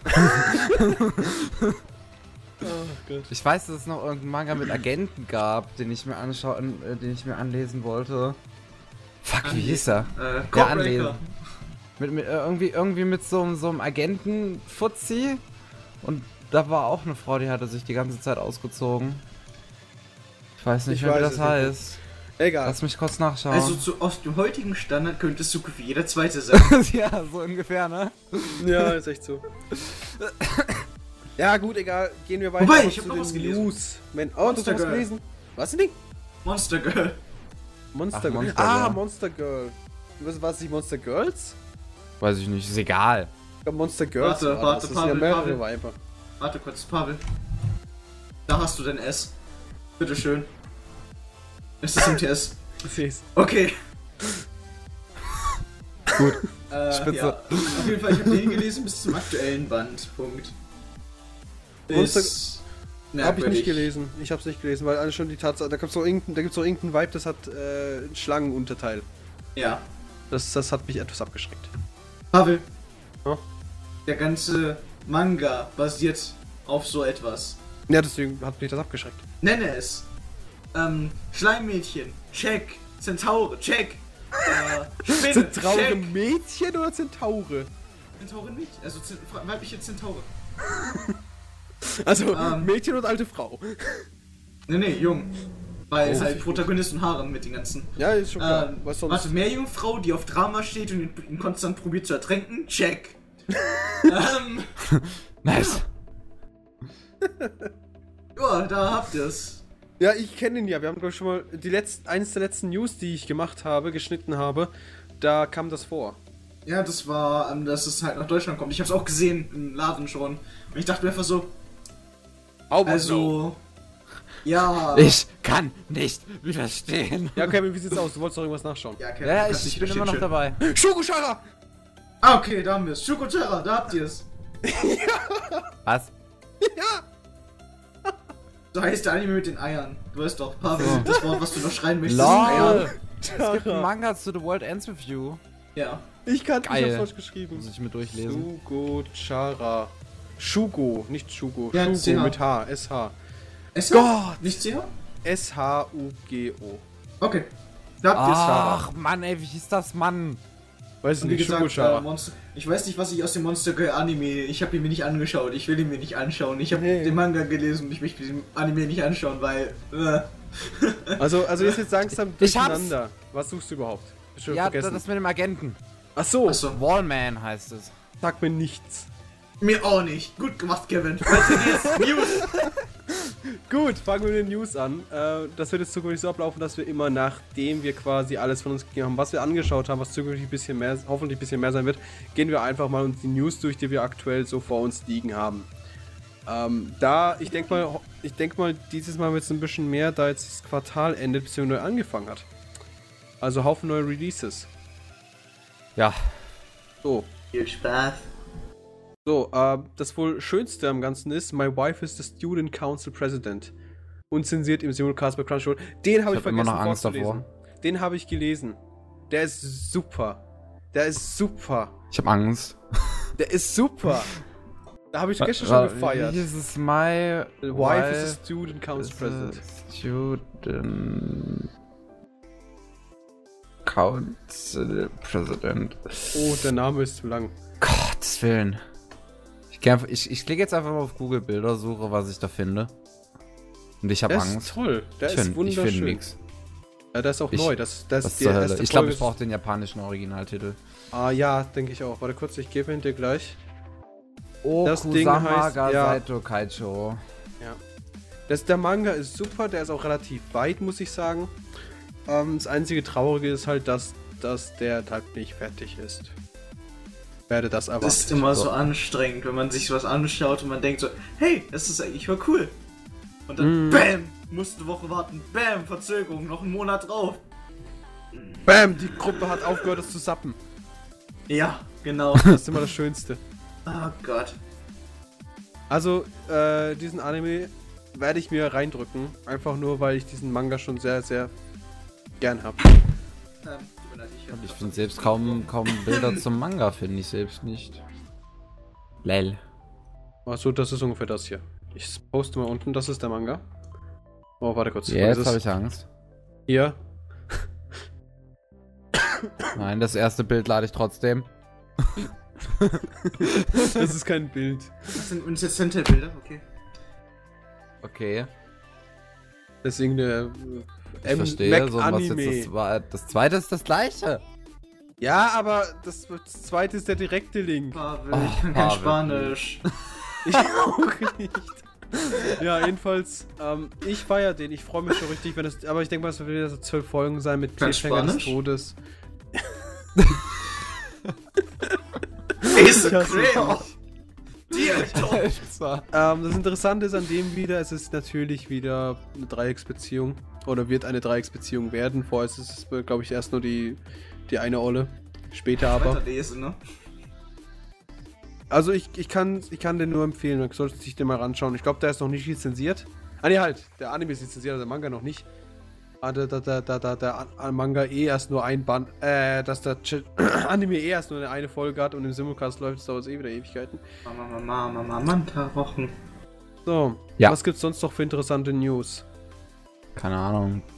Oh Gott. Ich weiß, dass es noch irgendeinen Manga mit Agenten gab, den ich mir anschauen, äh, den ich mir anlesen wollte. Fuck, wie hieß er? Äh, Ja, Codebreaker. anlesen. Mit, mit, äh, irgendwie, irgendwie mit so, so einem Agenten-Fuzzi. Und da war auch eine Frau, die hatte sich die ganze Zeit ausgezogen. Ich weiß nicht Ich mehr, wie weiß das es nicht. heißt. Egal. Lass mich kurz nachschauen. Also zu, aus dem heutigen Standard könnte es so gut wie jeder zweite sein. ja, so ungefähr, ne? Ja, ist echt so. Ja gut, egal, gehen wir weiter Wobei, zu ich hab noch den was gelesen. News. Man, oh, du hast Monster was Girl. gelesen? Was denn? Monster Girl. Monster Ach, Girl. Monster ah, Girl. Monster Girl. Was war es nicht Monster Girls? Weiß ich nicht, ist egal. Ich glaube Monster Girls. Warte, war warte, das. Das sind Pavel, ja mehrere Pavel. Weiber. Warte kurz, Pavel. Da hast du dein S. Bitteschön. Ist das M T S? Ich seh's. Okay. Gut. Äh, Spitze. ja. Auf jeden Fall, ich habe den gelesen bis zum aktuellen Band. Punkt. Monster- Ist Hab ich merkwürdig. nicht gelesen. Ich hab's nicht gelesen, weil alle schon die Tatsache, da gibt's so irgendein, da gibt's so irgendeinen Vibe, das hat äh, einen Schlangenunterteil. Ja. Das, das hat mich etwas abgeschreckt. Pavel. Ja? Der ganze Manga basiert auf so etwas. Ja, deswegen hat mich das abgeschreckt. Nenne es. Ähm, Schleimmädchen. Check. Zentaure. Check. Äh, Spinne, Zentaure check. Mädchen oder Zentaure? Zentauren nicht. Also Zent weibliche Zentaure. Also Ähm. Mädchen und alte Frau. Nee, nee, jung. Weil Oh. halt Protagonist und Harem mit den ganzen. Ja, ist schon klar. Ähm, Was sonst? warte, Meerjungfrau, die auf Drama steht und ihn, ihn konstant probiert zu ertränken? Check. ähm, Nice. ja, da habt ihr's. Ja, ich kenne ihn ja. Wir haben, glaube ich, schon mal die letzten, eines der letzten News, die ich gemacht habe, geschnitten habe, da kam das vor. Ja, das war, ähm, dass es halt nach Deutschland kommt. Ich hab's auch gesehen im Laden schon. Und ich dachte mir einfach so, Aber also, ja. Ich kann nicht widerstehen. Ja, Kevin, wie sieht's aus? Du wolltest doch irgendwas nachschauen. Ja, Kevin, Ja, du ich, kannst ich nicht bin immer noch widerstehen. dabei. Schokoschara! Ah, okay, da haben wir's. Schokoterra, da habt ihr's. Was? So heißt der Anime mit den Eiern. Du weißt doch, Pavel, So. das Wort, was du noch schreien möchtest. Eier. LOL. Es gibt einen Manga zu The World Ends With You. Ja. Ich kann ich Geil. hab's falsch geschrieben. Muss ich mir durchlesen. Shugochara. Shugo, nicht Shugo. Ja, Shugo C H. mit H. S H. S Gott! Nicht C H? S H U G O. Okay. Da habt ihr's. Ach, Mann, ey, wie hieß das, Mann? Weißt du Und wie nicht, gesagt, äh, Shugochara? Monster, ich weiß nicht, was ich aus dem Monster Girl Anime, ich habe ihn mir nicht angeschaut, ich will ihn mir nicht anschauen. Ich habe Nee. den Manga gelesen und ich möchte den Anime nicht anschauen, weil äh, Also, also jetzt, jetzt langsam Ich hab's. durcheinander. Was suchst du überhaupt? Ich hab schon Ja, vergessen. das mit dem Agenten. Ach so, Achso, Wallman heißt es. sag mir nichts. mir auch nicht. Gut gemacht, Kevin. Weiter geht's. News. Gut, fangen wir mit den News an. Äh, das wird jetzt zukünftig so ablaufen, dass wir immer nachdem wir quasi alles von uns gegeben haben, was wir angeschaut haben, was zukünftig ein bisschen mehr, hoffentlich ein bisschen mehr sein wird, gehen wir einfach mal uns die News durch, die wir aktuell so vor uns liegen haben. Ähm, da, ich denke mal, ho- ich denke mal, dieses Mal wird es ein bisschen mehr, da jetzt das Quartal endet, bzw. neu angefangen hat. Also Haufen neue Releases. Ja. So, Viel Spaß. So, äh, das wohl Schönste am Ganzen ist, My Wife is the Student Council President. Unzensiert im Simulcast bei Crunchyroll. Den habe ich, Ich hab immer vergessen noch Angst vorzulesen. davor. Den habe ich gelesen. Der ist super. Der ist super. Ich hab Angst. Der ist super. Da habe ich gestern Wa- schon gefeiert. Wie hieß es? My The Wife is the Student Council is President. a Student Council President. Oh, der Name ist zu lang. Gottes Willen. Ich, geh einfach- ich, ich klicke jetzt einfach mal auf Google Bilder, suche, was ich da finde. Und ich habe Der Angst. ist toll. Der ich ist finde wunderschön. find nichts. Ja, der ist auch Ich- neu. Das, das Was ist die zur Hölle? erste Ich glaube, Folge. ich brauche den japanischen Originaltitel. Ah ja, denke ich auch. Warte kurz, ich gebe ihn dir gleich. Oh, Das Ding heißt- ja. Saito Kaicho. Das, der Manga ist super, der ist auch relativ weit, muss ich sagen. Ähm, das einzige Traurige ist halt, dass, dass der halt nicht fertig ist. Werde das erwarten. Das ist immer so So. anstrengend, wenn man sich was anschaut und man denkt so, hey, das ist eigentlich mal cool. Und dann, Mm. bam, musst eine Woche warten, bam, Verzögerung, noch einen Monat drauf. Bam, die Gruppe hat aufgehört, das zu sappen. Ja, genau. Das ist immer das Schönste. Oh Gott. Also, äh, diesen Anime werde ich mir reindrücken. Einfach nur, weil ich diesen Manga schon sehr, sehr gern habe. Ähm, tut mir leid, ich hab Ich finde selbst kaum, kaum Bilder zum Manga, finde ich selbst nicht. Lel. Achso, das ist ungefähr das hier. Ich poste mal unten, das ist der Manga. Oh, warte kurz. Jetzt Was habe ist ich Angst. hier. Nein, das erste Bild lade ich trotzdem. Das ist kein Bild. Das sind uns jetzt Hentai-Bilder, okay. Okay. Deswegen der Ich M verstehe. Mac So, was jetzt Anime. das, war, das zweite ist das gleiche. Ja, aber das, das zweite ist der direkte Link. Pavel, Oh, ich kann kein Pavel. Spanisch. Ich auch nicht. Ja, jedenfalls, ähm, ich feiere den. Ich freue mich schon richtig, wenn das. Aber ich denke mal, es wird wieder so zwölf Folgen sein mit Kein Cliffhanger des Spanisch? Todes. Ist Ich hasse Creole. Direktor. Ähm, das Interessante ist an dem wieder, es ist natürlich wieder eine Dreiecksbeziehung. Oder wird eine Dreiecksbeziehung werden. Vorher ist es, glaube ich, erst nur die, die eine Olle. Später aber. Weiterlesen, ne? Also ich, ich, kann, ich kann den nur empfehlen, man sollte sich den mal anschauen. Ich glaube, der ist noch nicht lizenziert. Ah ne, halt, der Anime ist lizenziert, also der Manga noch nicht. Ah, der, der, der, der, der, der An- Manga eh erst nur ein Band, äh, dass der Ch Anime eh erst nur eine, eine Folge hat und im Simulcast läuft es dauert eh wieder Ewigkeiten. Mama, Mama, Mama, Mann, paar Wochen. So, Ja. was gibt's sonst noch für interessante News? Keine Ahnung.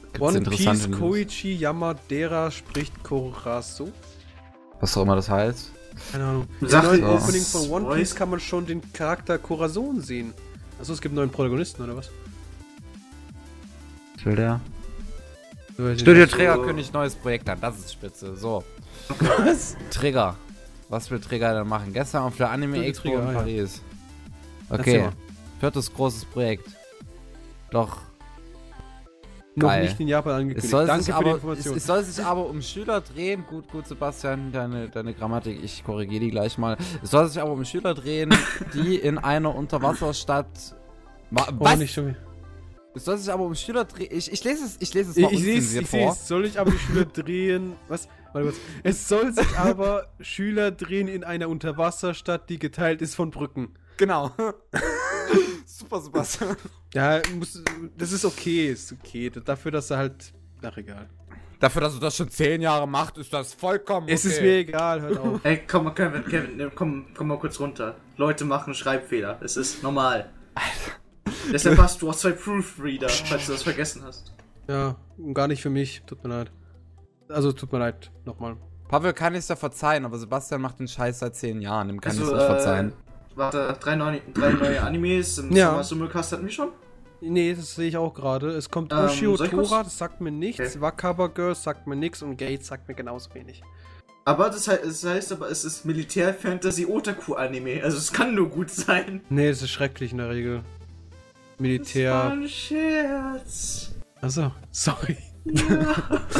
Gibt's One interessante Piece News? Koichi Yamadera spricht Korasu. Was auch immer das heißt. Keine Ahnung. Im Sag neuen ja. Opening von One Piece Voice. kann man schon den Charakter Corazon sehen. Achso, es gibt einen neuen Protagonisten, oder was? Was will der? So weiß ich Studio nicht. Trigger kündigt neues Projekt an, das ist spitze. So. Was? Trigger. Was will Trigger denn machen? Gestern auf der Anime Studio Expo Trigger, in ah, ja. Paris. Erzähl Okay. mal. Viertes großes Projekt. Doch. Noch Geil. nicht in Japan angekündigt. Es soll, Danke sich für die aber, es, Information. es soll sich aber um Schüler drehen. Gut, gut, Sebastian, deine, deine Grammatik, ich korrigiere die gleich mal. Es soll sich aber um Schüler drehen, die in einer Unterwasserstadt. Wa- Oh, Was? nicht schon wieder. Es soll sich aber um Schüler drehen. Ich, ich lese es, ich lese es mal Ich, ich sehe es, unzensiert ich sehe vor. es. Soll ich aber die Schüler drehen? Was? Warte kurz. Es soll sich aber Schüler drehen in einer Unterwasserstadt, die geteilt ist von Brücken. Genau. Super, Sebastian. Ja, muss, das ist okay, ist okay. Dafür, dass er halt. Ach, egal. Dafür, dass er das schon zehn Jahre macht, ist das vollkommen okay. Es ist mir egal, hört auf. Ey, komm mal, Kevin, Kevin, ne, komm, komm mal kurz runter. Leute machen Schreibfehler. Es ist normal. Deshalb hast du auch zwei Proofreader, falls du das vergessen hast. Ja, und gar nicht für mich. Tut mir leid. Also, tut mir leid. Nochmal. Pavel kann ich's ja verzeihen, aber Sebastian macht den Scheiß seit zehn Jahren. Dem kann Also, ich's nicht verzeihen. Äh, warte, drei neue, drei neue Animes im Ja. Sommer Simulcast hatten wir schon? Nee, das sehe ich auch gerade. Es kommt Ähm, Ushio soll ich Tora, kurz- das sagt mir nichts. Okay. Wakaba Girls sagt mir nichts und Gates sagt mir genauso wenig. Aber das heißt, das heißt aber, es ist Militär-Fantasy-Otaku-Anime. Also es kann nur gut sein. Nee, das ist schrecklich in der Regel. Das war Militär. ein Scherz. Achso, sorry. Ja.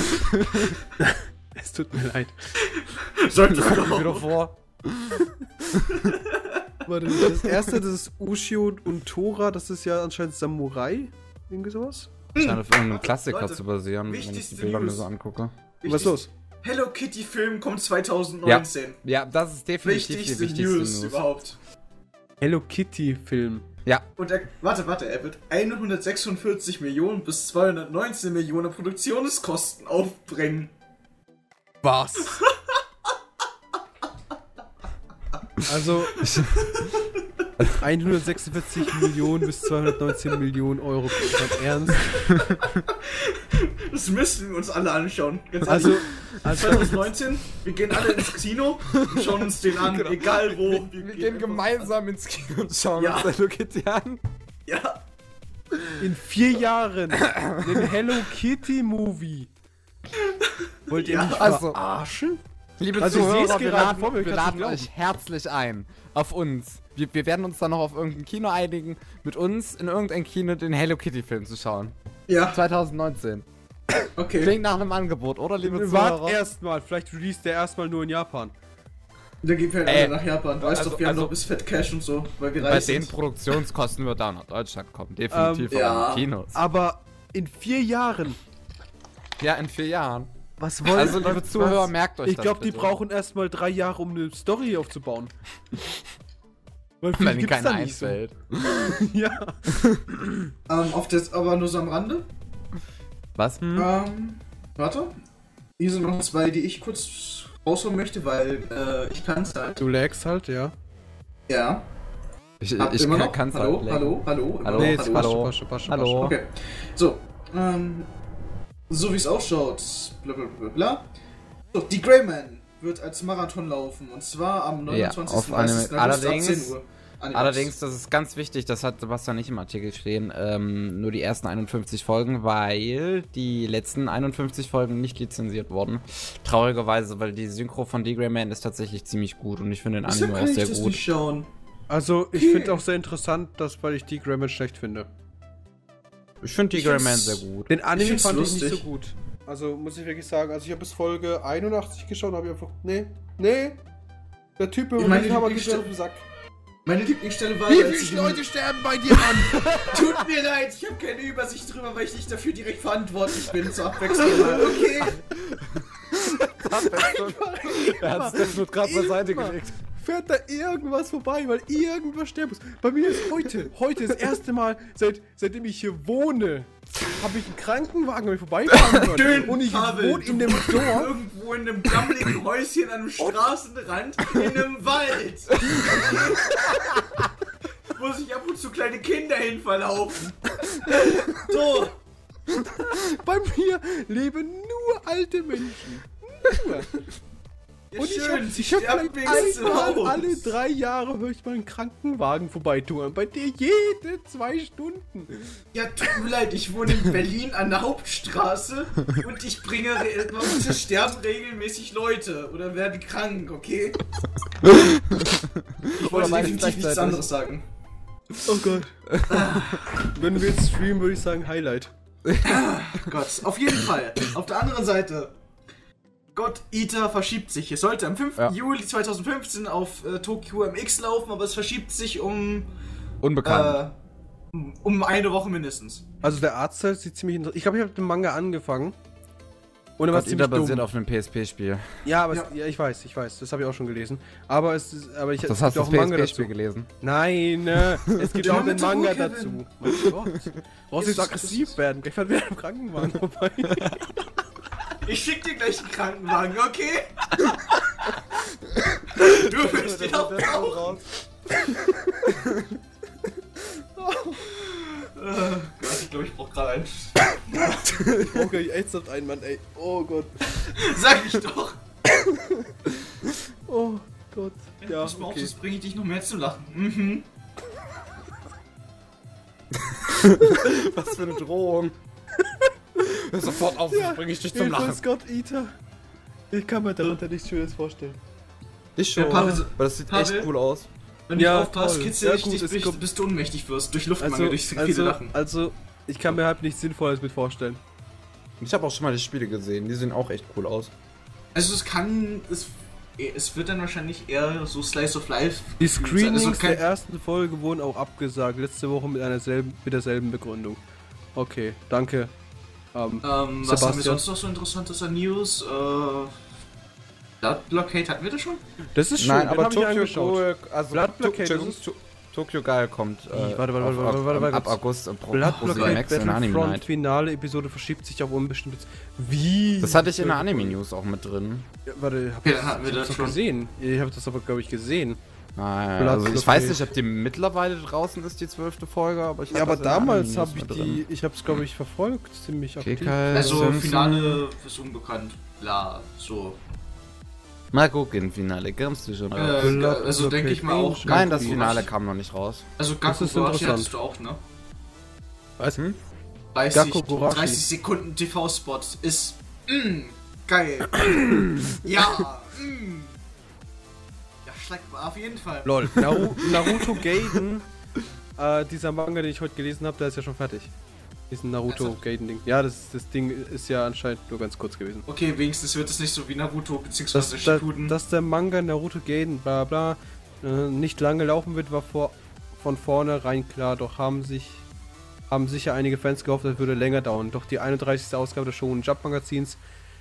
Es tut mir leid. Sollte Wieder vor. Warte, das erste, das ist Ushio und Tora, das ist ja anscheinend Samurai. Irgendwie sowas. Scheint auf irgendeinem Klassiker Leute, zu basieren, wenn ich die wichtigste Bilder mir News. so angucke. Was ist los? Hello Kitty Film kommt zwanzig neunzehn. Ja, das ist definitiv Wichtigste, die wichtigste News, News. überhaupt. Hello Kitty Film. Ja, Und er, warte, warte, er wird hundertsechsundvierzig Millionen bis zweihundertneunzehn Millionen Produktionskosten aufbringen. Was? Also hundertsechsundvierzig Millionen bis zweihundertneunzehn Millionen Euro. Ganz ernst? Das müssen wir uns alle anschauen. Ganz Also, ehrlich. also zwanzig neunzehn, wir gehen alle ins Kino und schauen uns den an, egal wo. wir, wir gehen gemeinsam ins Kino und schauen Ja. uns Hello Kitty an. Ja, in vier Jahren den Hello Kitty Movie. Wollt ihr Ja, mich also- verarschen? Liebe Also ich seh's Zuhörer, wir gerade laden, vor mir, wir kannst laden du euch herzlich ein. Auf uns. Wir, wir werden uns dann noch auf irgendein Kino einigen, mit uns in irgendein Kino den Hello Kitty Film zu schauen. ja, zwanzig neunzehn. okay. Klingt nach einem Angebot, oder, liebe Wart Zuhörer? erstmal, vielleicht release der erstmal nur in Japan. Dann gehen wir Äh, alle nach Japan. Weißt also- doch, wir haben also- noch bis Fett Cash und so, weil wir Bei reich den sind. Produktionskosten wird da nach Deutschland kommen. Definitiv Ähm, auch ja. in Kinos. Aber in vier Jahren. Ja, in vier Jahren. Was wollen Also, liebe Zuhörer, merkt euch Ich das glaube, die bitte. brauchen erstmal drei Jahre, um eine Story aufzubauen. Weil viel Wenn ihnen gibt's keiner da nicht so. einfällt. Ja. Ähm, auf das, aber nur so am Rande. Was? Ähm, warte. Hier sind noch zwei, die ich kurz rausholen möchte, weil äh, ich kann es halt. Du lagst halt, ja. Ja. Ich, Habt ich ihr immer kann noch? kann's hallo, halt hallo, hallo, Hallo, nee, jetzt hallo. passt hallo. schon, passt schon, passt schon, Hallo. Okay. So. Ähm, so wie es ausschaut. Bla bla bla bla. So, die Greyman wird als Marathon laufen. Und zwar am neunundzwanzigsten auf dreißigsten Anime- August ab allerdings- zehn Uhr. Animax. Allerdings, das ist ganz wichtig, das hat Sebastian nicht im Artikel stehen, ähm, nur die ersten einundfünfzig Folgen, weil die letzten einundfünfzig Folgen nicht lizenziert wurden. Traurigerweise, weil die Synchro von The Grey Man ist tatsächlich ziemlich gut und ich finde den Deshalb Anime kann auch ich sehr das gut. nicht schauen. Also, ich Okay. finde auch sehr interessant, dass, weil ich die Grammar schlecht finde. Ich finde The Ich Grey find's- Man sehr gut. Den Anime find's fand ich nicht lustig. so gut. Also, muss ich wirklich sagen, also ich habe bis Folge einundachtzig geschaut und habe ich einfach, nee, nee. Der Typ über meine den Hammer Lieblingsstelle- geht auf den Sack. Meine Lieblingsstelle war, als ich den- sterben bei dir an? Tut mir leid, ich habe keine Übersicht drüber, weil ich nicht dafür direkt verantwortlich bin zur Abwechslung. mal. Okay. Er hat es nur gerade beiseite Immer. gelegt. Fährt da irgendwas vorbei, weil irgendwas sterben muss. Bei mir ist heute, heute das erste Mal, seit, seitdem ich hier wohne, habe ich einen Krankenwagen an mir vorbeifahren können. Dünn, Und ich Pavel, wohne in du dem wohnst Dorf. Irgendwo in einem gammeligen Häuschen an einem Straßenrand in einem Wald. Wo sich ab und zu kleine Kinder hin verlaufen. So. Bei mir leben nur alte Menschen. Nur. Ja, Und ich schön, hab, sie ich hab sterben vielleicht wenigstens einmal aus. alle drei Jahre höre ich mal einen Krankenwagen vorbeitouren. Bei dir jede zwei Stunden. Ja, tut mir leid, ich wohne in Berlin an der Hauptstraße und ich bringe, re- es sterben regelmäßig Leute oder werden krank, okay? Ich wollte meine definitiv nichts gleichzeitig. anderes sagen. Oh Gott. Wenn wir jetzt streamen, würde ich sagen Highlight. Gott, auf jeden Fall. Auf der anderen Seite, God Eater verschiebt sich. Es sollte am fünften Ja. Juli zweitausendfünfzehn auf äh, Tokyo M X laufen, aber es verschiebt sich um, Unbekannt. äh, um eine Woche mindestens. Also der Artstyle sieht ziemlich interessant. Ich glaube, ich habe mit dem Manga angefangen. Und er war God ziemlich Eater basiert dumm. auf einem P S P-Spiel. Ja, aber Ja. Es, ja, ich weiß, ich weiß. Das habe ich auch schon gelesen. Aber es ist, aber ich Das es hast gibt du auch das einen P S Manga P-Spiel dazu. gelesen. Nein, äh, es gibt Der auch den mit der Manga Ruhe, dazu. Kevin. Mein Gott. Brauchst du Jesus jetzt aggressiv werden? Gleich fahren wir im Krankenwagen vorbei. Ich schick dir gleich einen Krankenwagen, okay? Du willst den auch brauchen. Äh, Gott, ich glaube, ich brauch gerade einen. Ich brauche gleich ernsthaft einen Mann, ey. Oh Gott. Sag ich doch. Oh Gott. Ja, Pass mal auf, okay. das bringe ich dich noch mehr zu lachen. Mhm. Was für eine Drohung. Hör sofort auf, Ja, bring ich dich zum Hilfe, Lachen. Scott Eater. Ich kann mir darunter nichts Schönes vorstellen. Ich Ja, schon, Pavel- weil das sieht Pavel? echt cool aus. Wenn du Ja, nicht aufpasst, toll. kitzel Ja, ich gut, dich, es bis, kommt- bis du ohnmächtig wirst. Durch Luftmangel, Also, durch viele also, Lachen. also, ich kann mir halt nichts Sinnvolles mit vorstellen. Ich habe auch schon mal die Spiele gesehen, die sehen auch echt cool aus. Also es kann, es, es wird dann wahrscheinlich eher so Slice of Life. Die sein. Screenings Also der kein, ersten Folge wurden auch abgesagt, letzte Woche mit einer selben, mit derselben Begründung. Okay, danke. Ähm, ähm, was haben wir Sebastian? sonst noch so interessantes an News? Äh, Blood Blockade hatten wir das schon? das ist schön, Nein, den aber hab ich mir Tokyo angeschaut. Ghoul, also Blood To- Blockade, Entschuldigung, das ist- To- Tokyo Ghoul kommt äh, Warte, warte, auf, warte, auf, warte, warte, ab warte. August äh, pro, Blood pro Blockade Max in Anime Battlefront Night. Finale Episode verschiebt sich auf unbestimmtes. Wie? Das hatte ich in der Anime News auch mit drin. Ja, warte, hab Okay, ich, dann hatten wir ich hab's das doch schon. gesehen. Ich habe das aber, glaube ich, gesehen. Nein, Blood also ich Blockade. weiß nicht, ob die mittlerweile draußen ist, die zwölfte Folge, aber ich Ja, hab aber das in der damals Anime habe News ich mit die, drin. ich habe es, glaube ich, verfolgt, ziemlich aktiv. Kekal, Also Simpson. Finale ist unbekannt. Bla, so. Mal gucken, Finale, kommst du schon raus? Äh, Blood also denke ich mal auch. Blockade. Nein, das Gaku Finale Gurashi. kam noch nicht raus. Also Das Gaku ist Gurashi interessant. hattest du auch, ne? Was? Hm? dreißig, Gaku Gurashi. dreißig Sekunden T V-Spot ist mm, geil. Ja, mm. Ja, schlägt mal auf jeden Fall. Lol. Naru Naruto Gaiden, äh, dieser Manga, den ich heute gelesen habe, der ist ja schon fertig. Diesen Naruto Also- Gaiden-Ding. Ja, das, das Ding ist ja anscheinend nur ganz kurz gewesen. Okay, wenigstens wird es nicht so wie Naruto bzw. Dass, da, Shippuden. dass der Manga Naruto Gaiden, bla bla, äh, nicht lange laufen wird, war vor, von vornherein klar. Doch haben sich haben sicher einige Fans gehofft, das würde länger dauern. Doch die einunddreißigste Ausgabe des Shonen Jump Magazins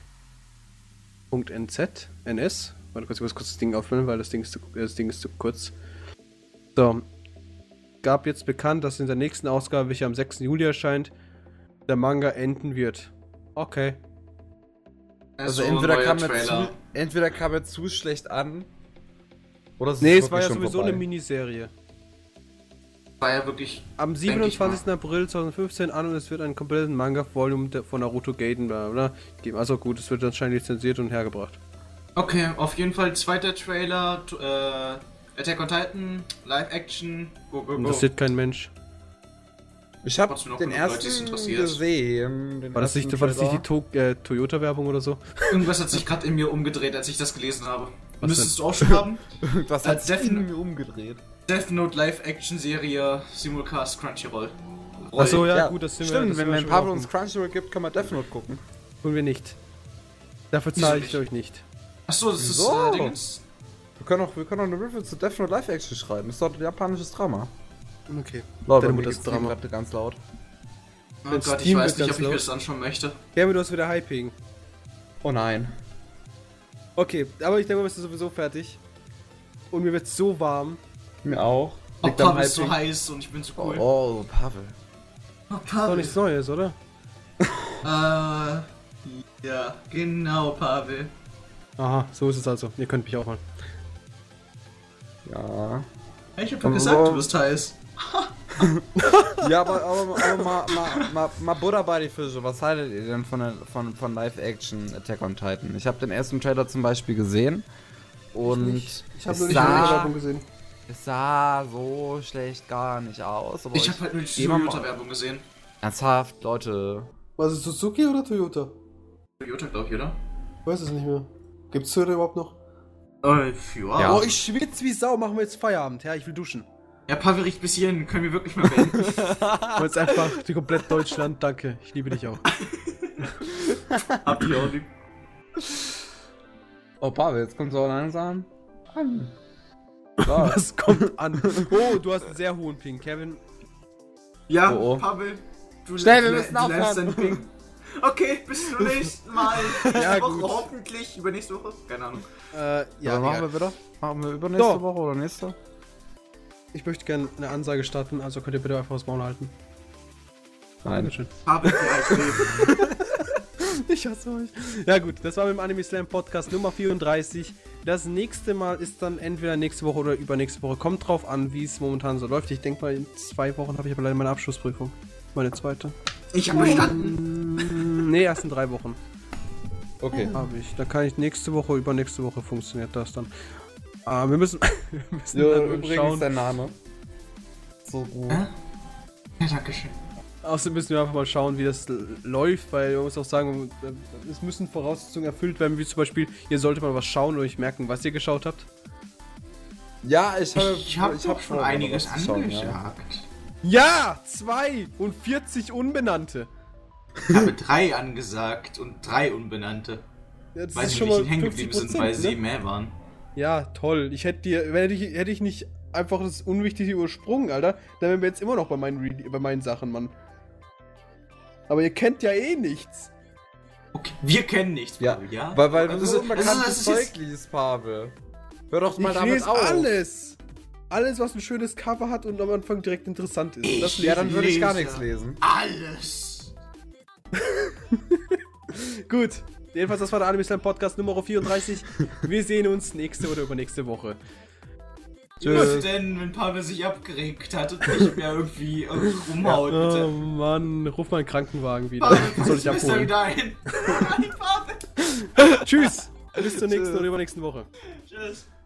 .nz, N S. Warte kurz, ich muss kurz das Ding aufhören, weil das Ding ist zu, das Ding ist zu kurz. So. Gab jetzt bekannt, dass in der nächsten Ausgabe, welche am sechsten Juli erscheint, der Manga enden wird. Okay. Also So, entweder neuer kam, er Trailer. zu, entweder kam er zu schlecht an, oder es Nee, ist es war wirklich ja schon sowieso vorbei. eine Miniserie. War ja wirklich. Am Denk ich siebenundzwanzigsten April zweitausendfünfzehn an und es wird einen kompletten Manga-Volume der- von Naruto Gaiden bla bla geben. Also gut, es wird anscheinend lizenziert und hergebracht. Okay, auf jeden Fall zweiter Trailer. t- Äh, Attack on Titan, Live-Action. Go, go, go. Interessiert kein Mensch. Ich habe Trotzdem noch den genug Leute, die es ersten interessiert. gesehen. Den War das ersten nicht, war das nicht die Trailer. to äh, Toyota-Werbung oder so? Irgendwas hat sich gerade in mir umgedreht, als ich das gelesen habe. Was Müsstest du auch schon haben? Was Als hat sich Death- in mir umgedreht? Death Note Live-Action-Serie, Simulcast Crunchyroll. Achso, ja, Ja, gut, das sind wir. Stimmt, das wenn, sind wir wenn schon Pablo offen. uns Crunchyroll gibt, kann man Death Note gucken. Tun wir nicht. Dafür Wieso zahle ich nicht? euch nicht. Achso, das ist So. äh, Dingens. Wir können auch, wir können auch eine Review zu Death Note Live Action schreiben. Das ist doch ein japanisches Drama. Okay. Leute, Deine mir Mutter geht's ist Drama. gerade ganz laut. Oh Wenn Gott, ich Steam weiß wird nicht, ob ganz ich mir laut. das anschauen möchte. Jeremy, du hast wieder Hyping. Oh nein. Okay, aber ich denke, wir sind sowieso fertig. Und mir wird so warm. Mir auch. Oh, Liegt am Papa ist so Hyping. heiß und ich bin so Oh, cool. oh, Pavel. Oh, Ist Pavel. doch nichts Neues, oder? Äh, ja, genau, Pavel. Aha, so ist es also. Ihr könnt mich auch mal. Ja. Ich hab doch Aber gesagt, wo- du bist heiß. Ja, aber, aber, aber mal, mal, mal, mal Butter bei die Fische. Was haltet ihr denn von, der- von, von Live-Action Attack on Titan? Ich habe den ersten Trailer zum Beispiel gesehen. Und Ich habe es nur nicht die sah, Werbung gesehen. es sah so schlecht gar nicht aus. Aber Ich habe halt nur die geh mal- Toyota-Werbung gesehen. Ernsthaft, Leute. Was ist Suzuki oder Toyota? Toyota, glaube ich, oder? Ich weiß es nicht mehr. Gibt's Toyota überhaupt noch? Äh, ja. Ja. Oh, ich schwitze wie Sau. Machen wir jetzt Feierabend. Ja, ich will duschen. Ja, Pavel riecht bis hierhin. Können wir wirklich mal beenden? Und jetzt einfach die komplett Deutschland. Danke. Ich liebe dich auch. Habt ihr auch lieb. Oh, Pavel, jetzt kommt so langsam an. So. Was kommt an? Oh, du hast einen sehr hohen Ping, Kevin. Ja, Oh, oh. Pavel, du, Schnell, wir lä- müssen du lässt aufhören. deinen Ping. Okay, bis zum nächsten Mal. Nächste Ja, Woche, gut. hoffentlich. Übernächste Woche? Keine Ahnung. Äh, Ja, ja, machen egal. wir wieder? Machen wir übernächste So. Woche oder nächste? Ich möchte gerne eine Ansage starten, also könnt ihr bitte einfach das Maul halten. Nein. Dankeschön. Pavel, wie alt leben. Ich hasse euch. Ja gut, das war mit dem Anime Slam Podcast Nummer vierunddreißig. Das nächste Mal ist dann entweder nächste Woche oder übernächste Woche. Kommt drauf an, wie es momentan so läuft. Ich denke mal, in zwei Wochen habe ich aber leider meine Abschlussprüfung. Meine zweite. Ich habe bestanden. Mm, nee, erst in drei Wochen Okay. habe ich. Da kann ich nächste Woche, übernächste Woche funktioniert das dann. Ah, wir müssen, wir müssen Ja, dann übrigens schauen. dein Name. So gut. Hä? Ja, danke schön. Außerdem müssen wir einfach mal schauen, wie das l- läuft, weil man muss auch sagen, es müssen Voraussetzungen erfüllt werden, wie zum Beispiel, ihr solltet mal was schauen und euch merken, was ihr geschaut habt. Ja, ich habe Ich habe hab doch schon vor, einiges was zu schauen, ja. angesagt. Ja, zweiundvierzig Unbenannte. Ich habe drei angesagt und drei Unbenannte. Ja, das Weil ist sie schon nicht mal hängen fünfzig geblieben sind, weil Prozent, sie ne? mehr waren. Ja, toll. Ich hätte dir, hätte ich, hätte ich nicht einfach das Unwichtige übersprungen, Alter, dann wären wir jetzt immer noch bei meinen, Re- bei meinen Sachen, Mann. Aber ihr kennt ja eh nichts. Okay, wir kennen nichts, Ja, Pavel, ja? weil, weil du Das so ist- das ist- das unbekanntes ist Zeug jetzt- liest, Pavel. Hör doch mal Ich damit lese auf. alles. Alles, was ein schönes Cover hat und am Anfang direkt interessant ist. Ich- Das Ja, dann würde ich gar lese. nichts lesen. Alles! Gut. Jedenfalls, das war der Anime Slam Podcast Nummer vierunddreißig. Wir sehen uns nächste oder übernächste Woche. Was denn, wenn Pavel sich abgeregt hat und nicht mehr irgendwie äh, rumhaut, Oh bitte? Mann, ruf mal einen Krankenwagen wieder. Pavel, Soll ich bist du abholen? wieder ein? Nein, Pavel! Tschüss. Bis zur nächsten oder übernächsten Woche. Tschüss.